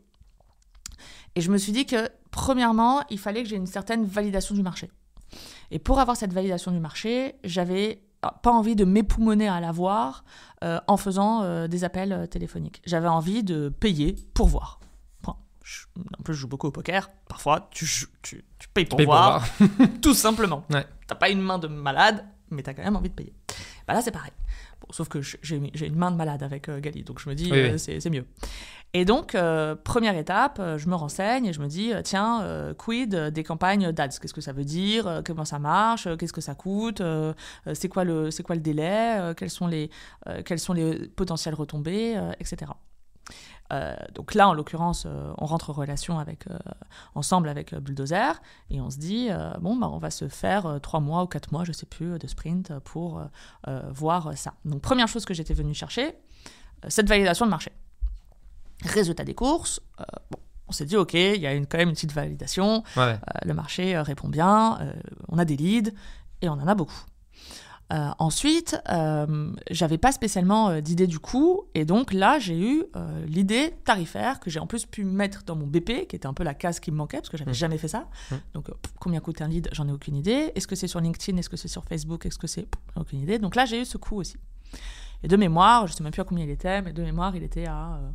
Et je me suis dit que, premièrement, il fallait que j'ai une certaine validation du marché. Et pour avoir cette validation du marché, j'avais... pas envie de m'époumoner à l'avoir euh, en faisant euh, des appels euh, téléphoniques. J'avais envie de payer pour voir. Point. Je, en plus, je joue beaucoup au poker. Parfois, tu, tu, tu payes pour Paye voir, pour voir. tout simplement. Ouais. T'as pas une main de malade, mais t'as quand même envie de payer. Bah là, c'est pareil. Bon, sauf que j'ai, j'ai une main de malade avec euh, Gali, donc je me dis, oui, euh, oui. C'est, c'est mieux. Et donc, euh, première étape, euh, je me renseigne et je me dis, euh, tiens, euh, quid des campagnes d'Ads ? Qu'est-ce que ça veut dire ? euh, Comment ça marche ? euh, Qu'est-ce que ça coûte ? euh, euh, c'est, quoi le, c'est quoi le délai ? euh, quelles, sont les, euh, quelles sont les potentielles retombées, euh, et cetera. Euh, donc là, en l'occurrence, euh, on rentre en relation avec, euh, ensemble avec euh, Bulldozer et on se dit, euh, bon, bah, on va se faire euh, trois mois ou quatre mois, je sais plus, de sprint pour euh, euh, voir ça. Donc, première chose que j'étais venue chercher, euh, cette validation de marché. Résultat des courses, euh, bon, on s'est dit, ok, il y a une, quand même une petite validation, Ouais. euh, le marché euh, répond bien, euh, on a des leads et on en a beaucoup. Euh, ensuite, euh, j'avais pas spécialement euh, d'idée du coût, et donc là, j'ai eu euh, l'idée tarifaire que j'ai en plus pu mettre dans mon B P, qui était un peu la case qui me manquait, parce que j'avais Mmh. jamais fait ça. Mmh. Donc, euh, pff, combien coûte un lead ? J'en ai aucune idée. Est-ce que c'est sur LinkedIn ? Est-ce que c'est sur Facebook ? Est-ce que c'est... Pff, j'en ai aucune idée. Donc là, j'ai eu ce coût aussi. Et de mémoire, je sais même plus à combien il était, mais de mémoire, il était à... Euh,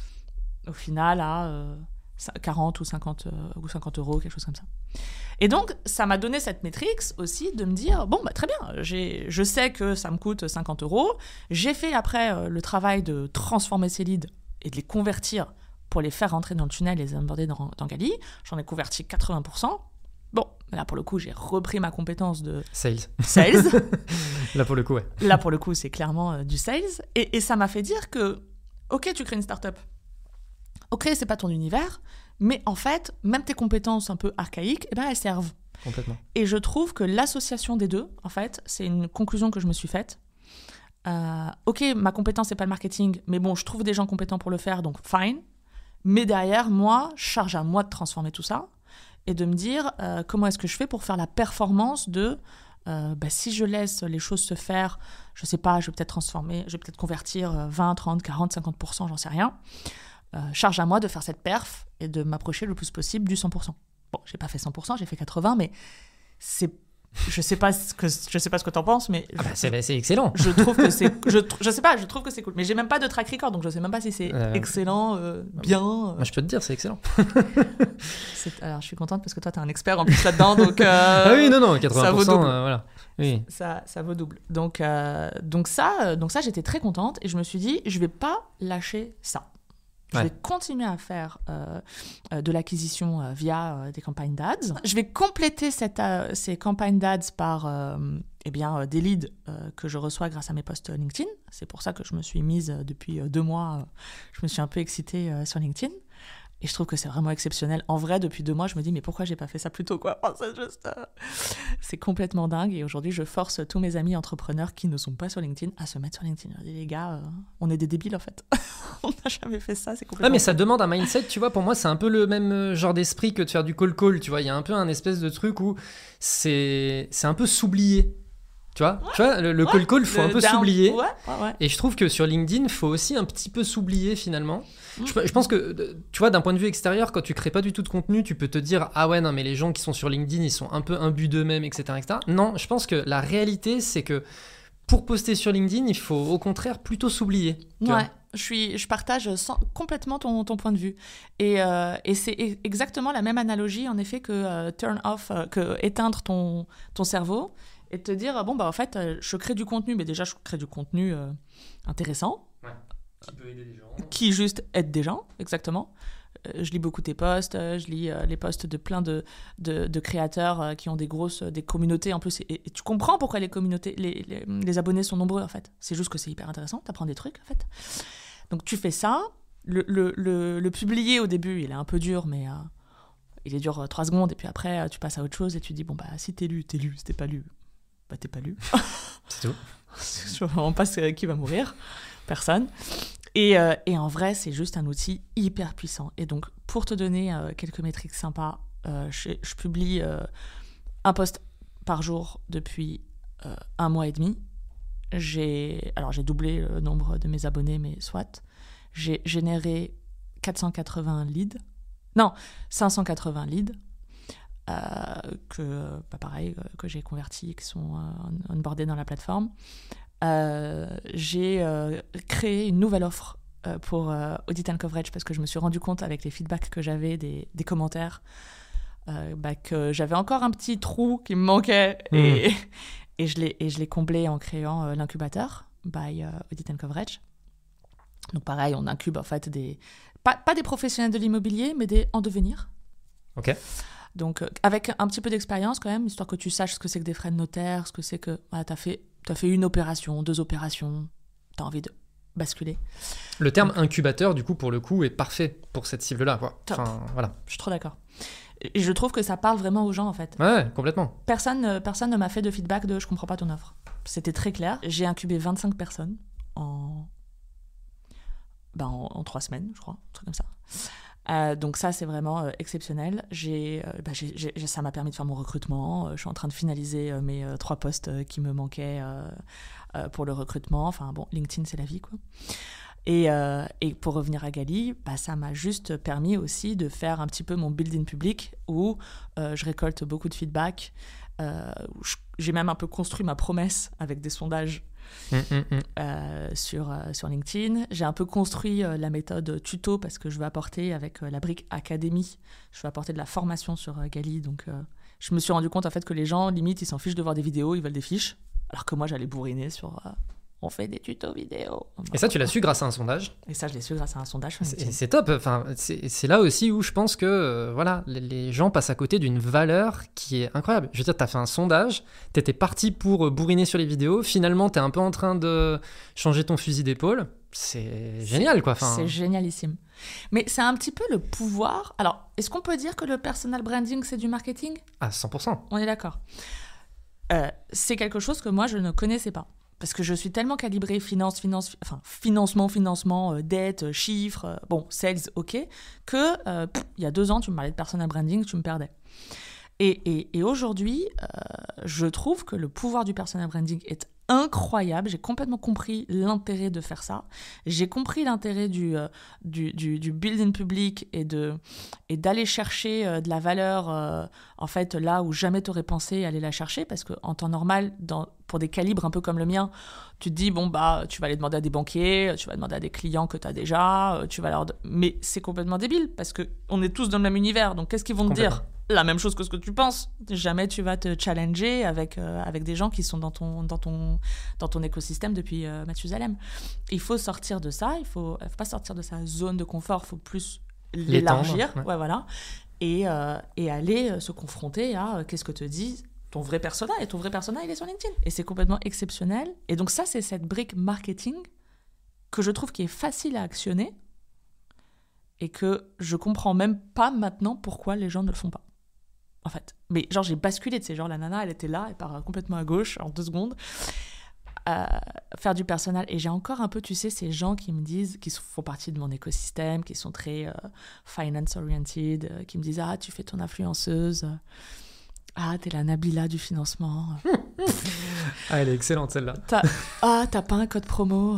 au final, à... Euh, quarante ou cinquante, euh, ou cinquante euros, quelque chose comme ça. Et donc, ça m'a donné cette métrique aussi de me dire, bon, bah, très bien, j'ai, je sais que ça me coûte cinquante euros. J'ai fait après euh, le travail de transformer ces leads et de les convertir pour les faire rentrer dans le tunnel et les onboarder dans, dans Gali. J'en ai converti quatre-vingts pour cent. Bon, là, pour le coup, j'ai repris ma compétence de Sales. sales. Là, pour le coup, ouais. Là, pour le coup, c'est clairement euh, du sales. Et, et ça m'a fait dire que, ok, tu crées une start-up. Ok, c'est pas ton univers, mais en fait, même tes compétences un peu archaïques, eh ben, elles servent. Complètement. Et je trouve que l'association des deux, en fait, c'est une conclusion que je me suis faite. Euh, ok, ma compétence, c'est pas le marketing, mais bon, je trouve des gens compétents pour le faire, donc fine. Mais derrière, moi, charge à moi de transformer tout ça et de me dire euh, comment est-ce que je fais pour faire la performance de... Euh, bah, si je laisse les choses se faire, je sais pas, je vais peut-être transformer, je vais peut-être convertir vingt, trente, quarante, cinquante pour cent, j'en sais rien. Euh, charge à moi de faire cette perf et de m'approcher le plus possible du cent pour cent. Bon, j'ai pas fait cent pour cent, j'ai fait quatre-vingts, mais c'est... Je sais pas ce que je sais pas ce que t'en penses, mais Ah bah, je, c'est, bah, c'est excellent. je trouve que c'est je, je sais pas, je trouve que c'est cool, mais j'ai même pas de track record, donc je sais même pas si c'est Euh, excellent, euh, bien. euh. Moi, je peux te dire, c'est excellent. C'est- alors je suis contente parce que toi t'es un expert en plus là-dedans, donc euh, ah oui, non, non, quatre-vingts pour cent, ça vaut double. euh, voilà. Oui. ça, ça vaut double. Donc, euh, donc, ça, euh, donc ça, j'étais très contente et je me suis dit, je vais pas lâcher ça. Je Ouais. vais continuer à faire euh, euh, de l'acquisition euh, via euh, des campagnes d'ads. Je vais compléter cette, euh, ces campagnes d'ads par euh, eh bien, euh, des leads euh, que je reçois grâce à mes posts LinkedIn. C'est pour ça que je me suis mise euh, depuis euh, deux mois. Euh, je me suis un peu excitée euh, sur LinkedIn. Et je trouve que c'est vraiment exceptionnel. En vrai, depuis deux mois, je me dis, mais pourquoi j'ai pas fait ça plus tôt, quoi? Oh, c'est juste... euh, C'est complètement dingue. Et aujourd'hui, je force tous mes amis entrepreneurs qui ne sont pas sur LinkedIn à se mettre sur LinkedIn. Je dis, les gars, euh, on est des débiles, en fait. On n'a jamais fait ça, c'est complètement... Ah mais ça demande un mindset, tu vois, pour moi c'est un peu le même genre d'esprit que de faire du call-call, tu vois, il y a un peu un espèce de truc où c'est, c'est un peu s'oublier, tu vois, tu vois, le, le Ouais, call-call, faut le un peu down- s'oublier, Ouais, ouais, ouais. et je trouve que sur LinkedIn, faut aussi un petit peu s'oublier finalement. Mm. Je, je pense que, tu vois, d'un point de vue extérieur, quand tu crées pas du tout de contenu, tu peux te dire, ah ouais, non mais les gens qui sont sur LinkedIn, ils sont un peu imbus d'eux-mêmes, et cetera, et cetera. Non, je pense que la réalité, c'est que pour poster sur LinkedIn, il faut au contraire plutôt s'oublier. tu vois. Ouais, je, suis, je partage sans- complètement ton, ton point de vue. Et, euh, et c'est e- exactement la même analogie, en effet, que euh, turn off, euh, que éteindre ton, ton cerveau et te dire, bon, bah, en fait, euh, je crée du contenu, mais déjà, je crée du contenu euh, intéressant, Qui peut aider les gens. qui juste aide des gens, exactement. Euh, je lis beaucoup tes posts, euh, je lis euh, les posts de plein de, de, de créateurs euh, qui ont des grosses des communautés en plus. Et, et tu comprends pourquoi les communautés, les, les, les abonnés sont nombreux en fait. C'est juste que c'est hyper intéressant, t'apprends des trucs en fait. Donc tu fais ça. Le, le, le, le publier au début, il est un peu dur, mais euh, il est dur euh, trois secondes. Et puis après, euh, tu passes à autre chose et tu dis, bon, bah si t'es lu, t'es lu. Si t'es pas lu, bah t'es pas lu. C'est tout. Je vois vraiment pas ce- qui va mourir. Personne. Et, euh, et en vrai, c'est juste un outil hyper puissant. Et donc, pour te donner euh, quelques métriques sympas, euh, je, je publie euh, un post par jour depuis euh, un mois et demi. J'ai, alors, j'ai doublé le nombre de mes abonnés, mais soit. J'ai généré quatre cent quatre-vingts leads. Non, cinq cent quatre-vingts leads. Euh, que, bah, pareil, euh, que j'ai convertis, qui sont euh, onboardés dans la plateforme. Euh, j'ai euh, créé une nouvelle offre euh, pour euh, Audit and Coverage parce que je me suis rendu compte avec les feedbacks que j'avais des, des commentaires euh, bah, que j'avais encore un petit trou qui me manquait et, mmh. et, je, l'ai, et je l'ai comblé en créant euh, l'incubateur by euh, Audit and Coverage. Donc pareil, on incube en fait des pas, pas des professionnels de l'immobilier mais des en devenir. Ok. Donc, euh, avec un petit peu d'expérience quand même, histoire que tu saches ce que c'est que des frais de notaire, ce que c'est que voilà, tu as fait, t'as fait une opération, deux opérations, tu as envie de basculer. Le terme Donc, incubateur, du coup, pour le coup, est parfait pour cette cible-là. Quoi. Top. Enfin, voilà. Je suis trop d'accord. Et je trouve que ça parle vraiment aux gens, en fait. Ouais, complètement. Personne, euh, personne ne m'a fait de feedback de « je comprends pas ton offre ». C'était très clair. J'ai incubé vingt-cinq personnes en, ben, en, en trois semaines, je crois, un truc comme ça. Euh, donc ça, c'est vraiment euh, exceptionnel. J'ai, euh, bah, j'ai, j'ai, ça m'a permis de faire mon recrutement. Euh, je suis en train de finaliser euh, mes euh, trois postes euh, qui me manquaient euh, euh, pour le recrutement. Enfin bon, LinkedIn, c'est la vie, quoi. Et, euh, et pour revenir à Gali, bah, ça m'a juste permis aussi de faire un petit peu mon build-in public où euh, je récolte beaucoup de feedback. Euh, où je, j'ai même un peu construit ma promesse avec des sondages Mmh, mmh. Euh, sur, euh, sur LinkedIn. J'ai un peu construit euh, la méthode tuto parce que je veux apporter avec euh, la brique académie, je veux apporter de la formation sur euh, Gali. Donc euh, je me suis rendu compte en fait que les gens, limite, ils s'en fichent de voir des vidéos, ils veulent des fiches. Alors que moi, j'allais bourriner sur euh, on fait des tutos vidéo. Et ça, tu l'as su grâce à un sondage. Et ça, je l'ai su grâce à un sondage. C'est, c'est top. Enfin, c'est, c'est là aussi où je pense que euh, voilà, les, les gens passent à côté d'une valeur qui est incroyable. Je veux dire, tu as fait un sondage, tu étais parti pour bourriner sur les vidéos. Finalement, tu es un peu en train de changer ton fusil d'épaule. C'est, c'est génial, quoi. Enfin... C'est génialissime. Mais c'est un petit peu le pouvoir. Alors, est-ce qu'on peut dire que le personal branding, c'est du marketing ? À cent pour cent. On est d'accord. Euh, c'est quelque chose que moi, je ne connaissais pas. Parce que je suis tellement calibrée finance, finance, enfin financement, financement, euh, dette, euh, chiffres, euh, bon, sales, ok, que euh, pff, il y a deux ans, tu me parlais de personal branding, tu me perdais. Et, et, et aujourd'hui, euh, je trouve que le pouvoir du personal branding est incroyable. J'ai complètement compris l'intérêt de faire ça. J'ai compris l'intérêt du, euh, du, du, du building public et, de, et d'aller chercher euh, de la valeur euh, en fait, là où jamais tu aurais pensé aller la chercher. Parce qu'en temps normal, dans, pour des calibres un peu comme le mien, tu te dis, bon, bah, tu vas aller demander à des banquiers, tu vas demander à des clients que tu as déjà, tu vas leur... Mais c'est complètement débile parce qu'on est tous dans le même univers. Donc, qu'est-ce qu'ils vont te dire ? La même chose que ce que tu penses. Jamais tu vas te challenger avec, euh, avec des gens qui sont dans ton, dans ton, dans ton écosystème depuis euh, Mathusalem. Il faut sortir de ça, il ne faut, faut pas sortir de sa zone de confort, il faut plus l'élargir. Ouais. Ouais, voilà. Et, euh, et aller euh, se confronter à euh, qu'est-ce que te dit ton vrai persona. Et ton vrai persona, il est sur LinkedIn. Et c'est complètement exceptionnel. Et donc ça, c'est cette brique marketing que je trouve qui est facile à actionner et que je comprends même pas maintenant pourquoi les gens ne le font pas. En fait. Mais genre, j'ai basculé, tu sais, genre la nana, elle était là, elle part complètement à gauche en deux secondes. Euh, faire du personnel. Et j'ai encore un peu, tu sais, ces gens qui me disent, qui font partie de mon écosystème, qui sont très euh, finance-oriented, euh, qui me disent « Ah, tu fais ton influenceuse. Ah, t'es la Nabila du financement. » Ah, elle est excellente, celle-là. T'as... Ah, t'as pas un code promo.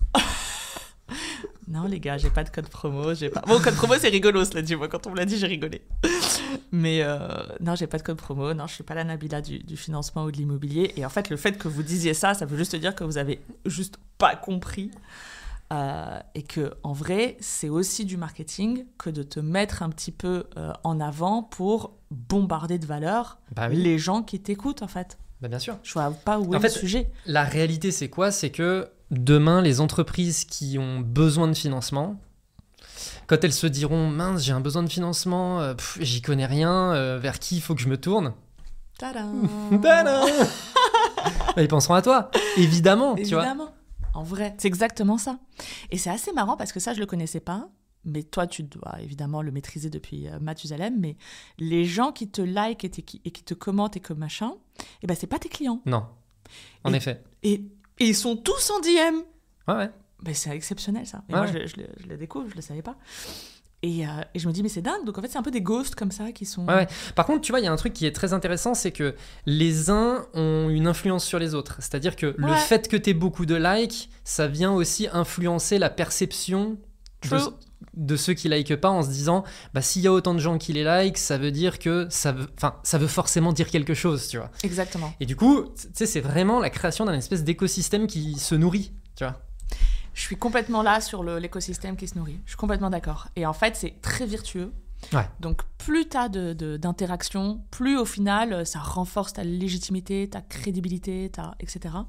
Non, les gars, j'ai pas de code promo. J'ai pas... Bon, code promo, c'est rigolo, cela dit. Moi, quand on me l'a dit, j'ai rigolé. Mais euh, non, j'ai pas de code promo. Non, je suis pas la Nabila du, du financement ou de l'immobilier. Et en fait, le fait que vous disiez ça, ça veut juste dire que vous avez juste pas compris. Euh, et que, en vrai, c'est aussi du marketing que de te mettre un petit peu euh, en avant pour bombarder de valeur bah oui. les gens qui t'écoutent, en fait. Bah bien sûr. Je vois pas où est en le fait, sujet. La réalité, c'est quoi ? C'est que demain, les entreprises qui ont besoin de financement, quand elles se diront « Mince, j'ai un besoin de financement, euh, pff, j'y connais rien, euh, vers qui il faut que je me tourne ?» Tadam Tadam bah, ils penseront à toi, évidemment. Évidemment. Tu vois. En vrai, c'est exactement ça. Et c'est assez marrant parce que ça, je le connaissais pas. Mais toi, tu dois évidemment le maîtriser depuis euh, Mathusalem. Mais les gens qui te like et, qui, et qui te commentent et que machin, eh ben, c'est pas tes clients. Non, en et, effet. Et, et ils sont tous en D M. Ouais, ouais. Ben, c'est exceptionnel, ça. Et ouais, moi, ouais. je, je, le, je le découvre, je le savais pas. Et, euh, et je me dis, mais c'est dingue. Donc, en fait, c'est un peu des ghosts comme ça qui sont... Ouais, ouais. Par contre, tu vois, il y a un truc qui est très intéressant, c'est que les uns ont une influence sur les autres. C'est-à-dire que ouais. le fait que tu aies beaucoup de likes, ça vient aussi influencer la perception de, de ceux qui likent pas en se disant, bah, s'il y a autant de gens qui les like, ça veut dire que ça veut, enfin, ça veut forcément dire quelque chose, tu vois. Exactement. Et du coup, tu sais, c'est vraiment la création d'un espèce d'écosystème qui se nourrit, tu vois. Je suis complètement là sur le, l'écosystème qui se nourrit. Je suis complètement d'accord. Et en fait, c'est très vertueux. Ouais. Donc, plus tu as de, de, d'interactions, plus au final, ça renforce ta légitimité, ta crédibilité, ta, et cetera.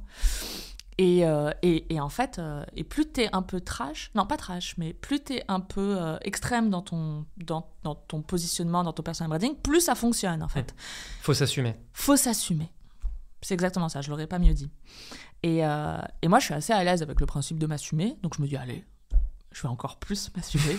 Et, euh, et, et en fait, euh, et plus tu es un peu trash, non pas trash, mais plus tu es un peu euh, extrême dans ton, dans, dans ton positionnement, dans ton personal branding, plus ça fonctionne en fait. Faut s'assumer. Faut s'assumer. C'est exactement ça, je l'aurais pas mieux dit. Et, euh, et moi, je suis assez à l'aise avec le principe de m'assumer, donc je me dis, allez, je vais encore plus m'assumer.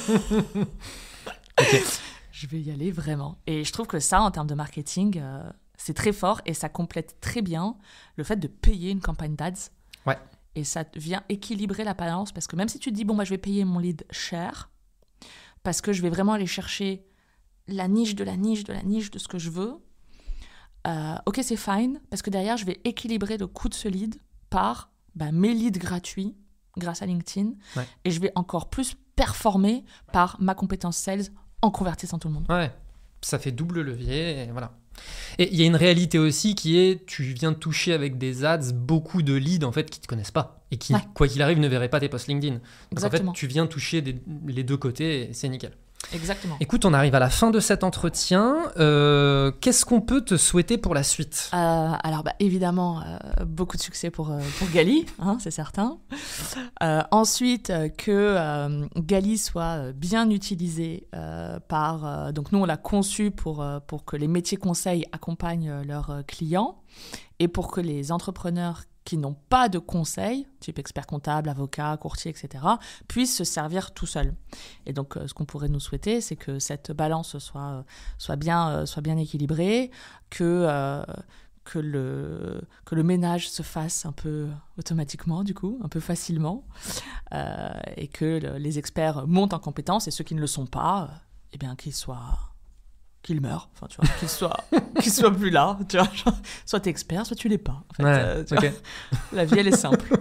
Okay. Je vais y aller vraiment. Et je trouve que ça, en termes de marketing, euh, c'est très fort et ça complète très bien le fait de payer une campagne d'ads. Ouais. Et ça vient équilibrer la balance parce que même si tu te dis, bon, moi, je vais payer mon lead cher, parce que je vais vraiment aller chercher la niche de la niche de la niche de ce que je veux, euh, ok, c'est fine, parce que derrière, je vais équilibrer le coût de ce lead par bah, mes leads gratuits grâce à LinkedIn, Ouais. et je vais encore plus performer par ma compétence sales en convertissant tout le monde. Ouais, ça fait double levier, et voilà. Et il y a une réalité aussi qui est, tu viens de toucher avec des ads beaucoup de leads en fait qui te connaissent pas et qui, Ouais. quoi qu'il arrive, ne verraient pas tes posts LinkedIn. Donc Exactement. en fait, tu viens toucher des- les deux côtés et c'est nickel. Exactement. Écoute, on arrive à la fin de cet entretien. Euh, qu'est-ce qu'on peut te souhaiter pour la suite ? Euh, alors, bah, évidemment, euh, beaucoup de succès pour, euh, pour Gali, hein, c'est certain. Euh, ensuite, euh, que euh, Gali soit euh, bien utilisé euh, par... euh, donc, nous, on l'a conçu pour, euh, pour que les métiers conseils accompagnent euh, leurs euh, clients et pour que les entrepreneurs qui n'ont pas de conseils, type expert comptable, avocat, courtier, et cetera, puissent se servir tout seuls. Et donc, euh, ce qu'on pourrait nous souhaiter, c'est que cette balance soit, euh, soit, bien, euh, soit bien équilibrée, que, euh, que, le, que le ménage se fasse un peu automatiquement, du coup, un peu facilement, euh, et que le- les experts montent en compétences, et ceux qui ne le sont pas, euh, eh bien, qu'ils soient... qu'ils meurent, enfin, tu vois, qu'ils soient, qu'ils soient plus là, tu vois, genre, soit t'es expert, soit tu l'es pas, en fait, Ouais, euh, tu ok. vois. La vie, elle est simple.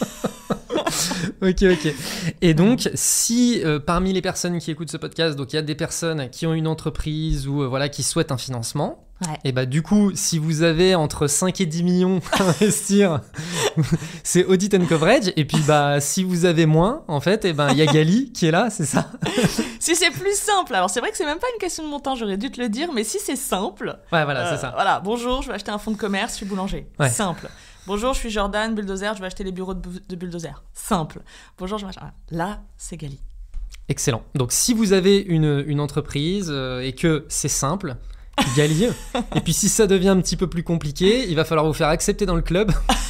Ok, ok. Et donc, si euh, parmi les personnes qui écoutent ce podcast, donc il y a des personnes qui ont une entreprise ou euh, voilà qui souhaitent un financement, Ouais. et bah du coup, si vous avez entre cinq et dix millions à investir, c'est Audit and Coverage. Et puis bah si vous avez moins, en fait, et ben il y a Gali qui est là, c'est ça. Si c'est plus simple, alors c'est vrai que c'est même pas une question de montant, j'aurais dû te le dire, mais si c'est simple, Ouais, voilà, euh, c'est ça. voilà, bonjour, je vais acheter un fonds de commerce, je suis boulanger. Ouais. Simple. Bonjour, je suis Jordan, bulldozer, je vais acheter les bureaux de, bu- de bulldozer. Simple. Bonjour, je vais acheter... Là, c'est Gali. Excellent. Donc si vous avez une, une entreprise euh, et que c'est simple, Gali. Et puis si ça devient un petit peu plus compliqué, il va falloir vous faire accepter dans le club.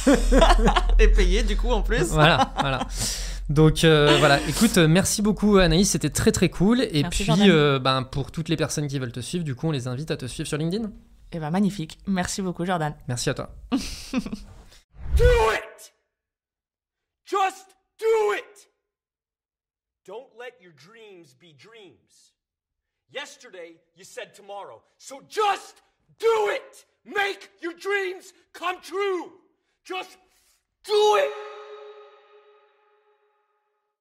Et payé, du coup, en plus. Voilà, voilà. Donc euh, voilà, écoute, euh, merci beaucoup Anaïs, c'était très très cool. Et Merci, puis Jordan. euh, ben, pour toutes les personnes qui veulent te suivre, du coup on les invite à te suivre sur LinkedIn. Et ben magnifique. Merci beaucoup, Jordan. Merci à toi. Do it! Just do it! Don't let your dreams be dreams. Yesterday, you said tomorrow. So just do it! Make your dreams come true! Just do it!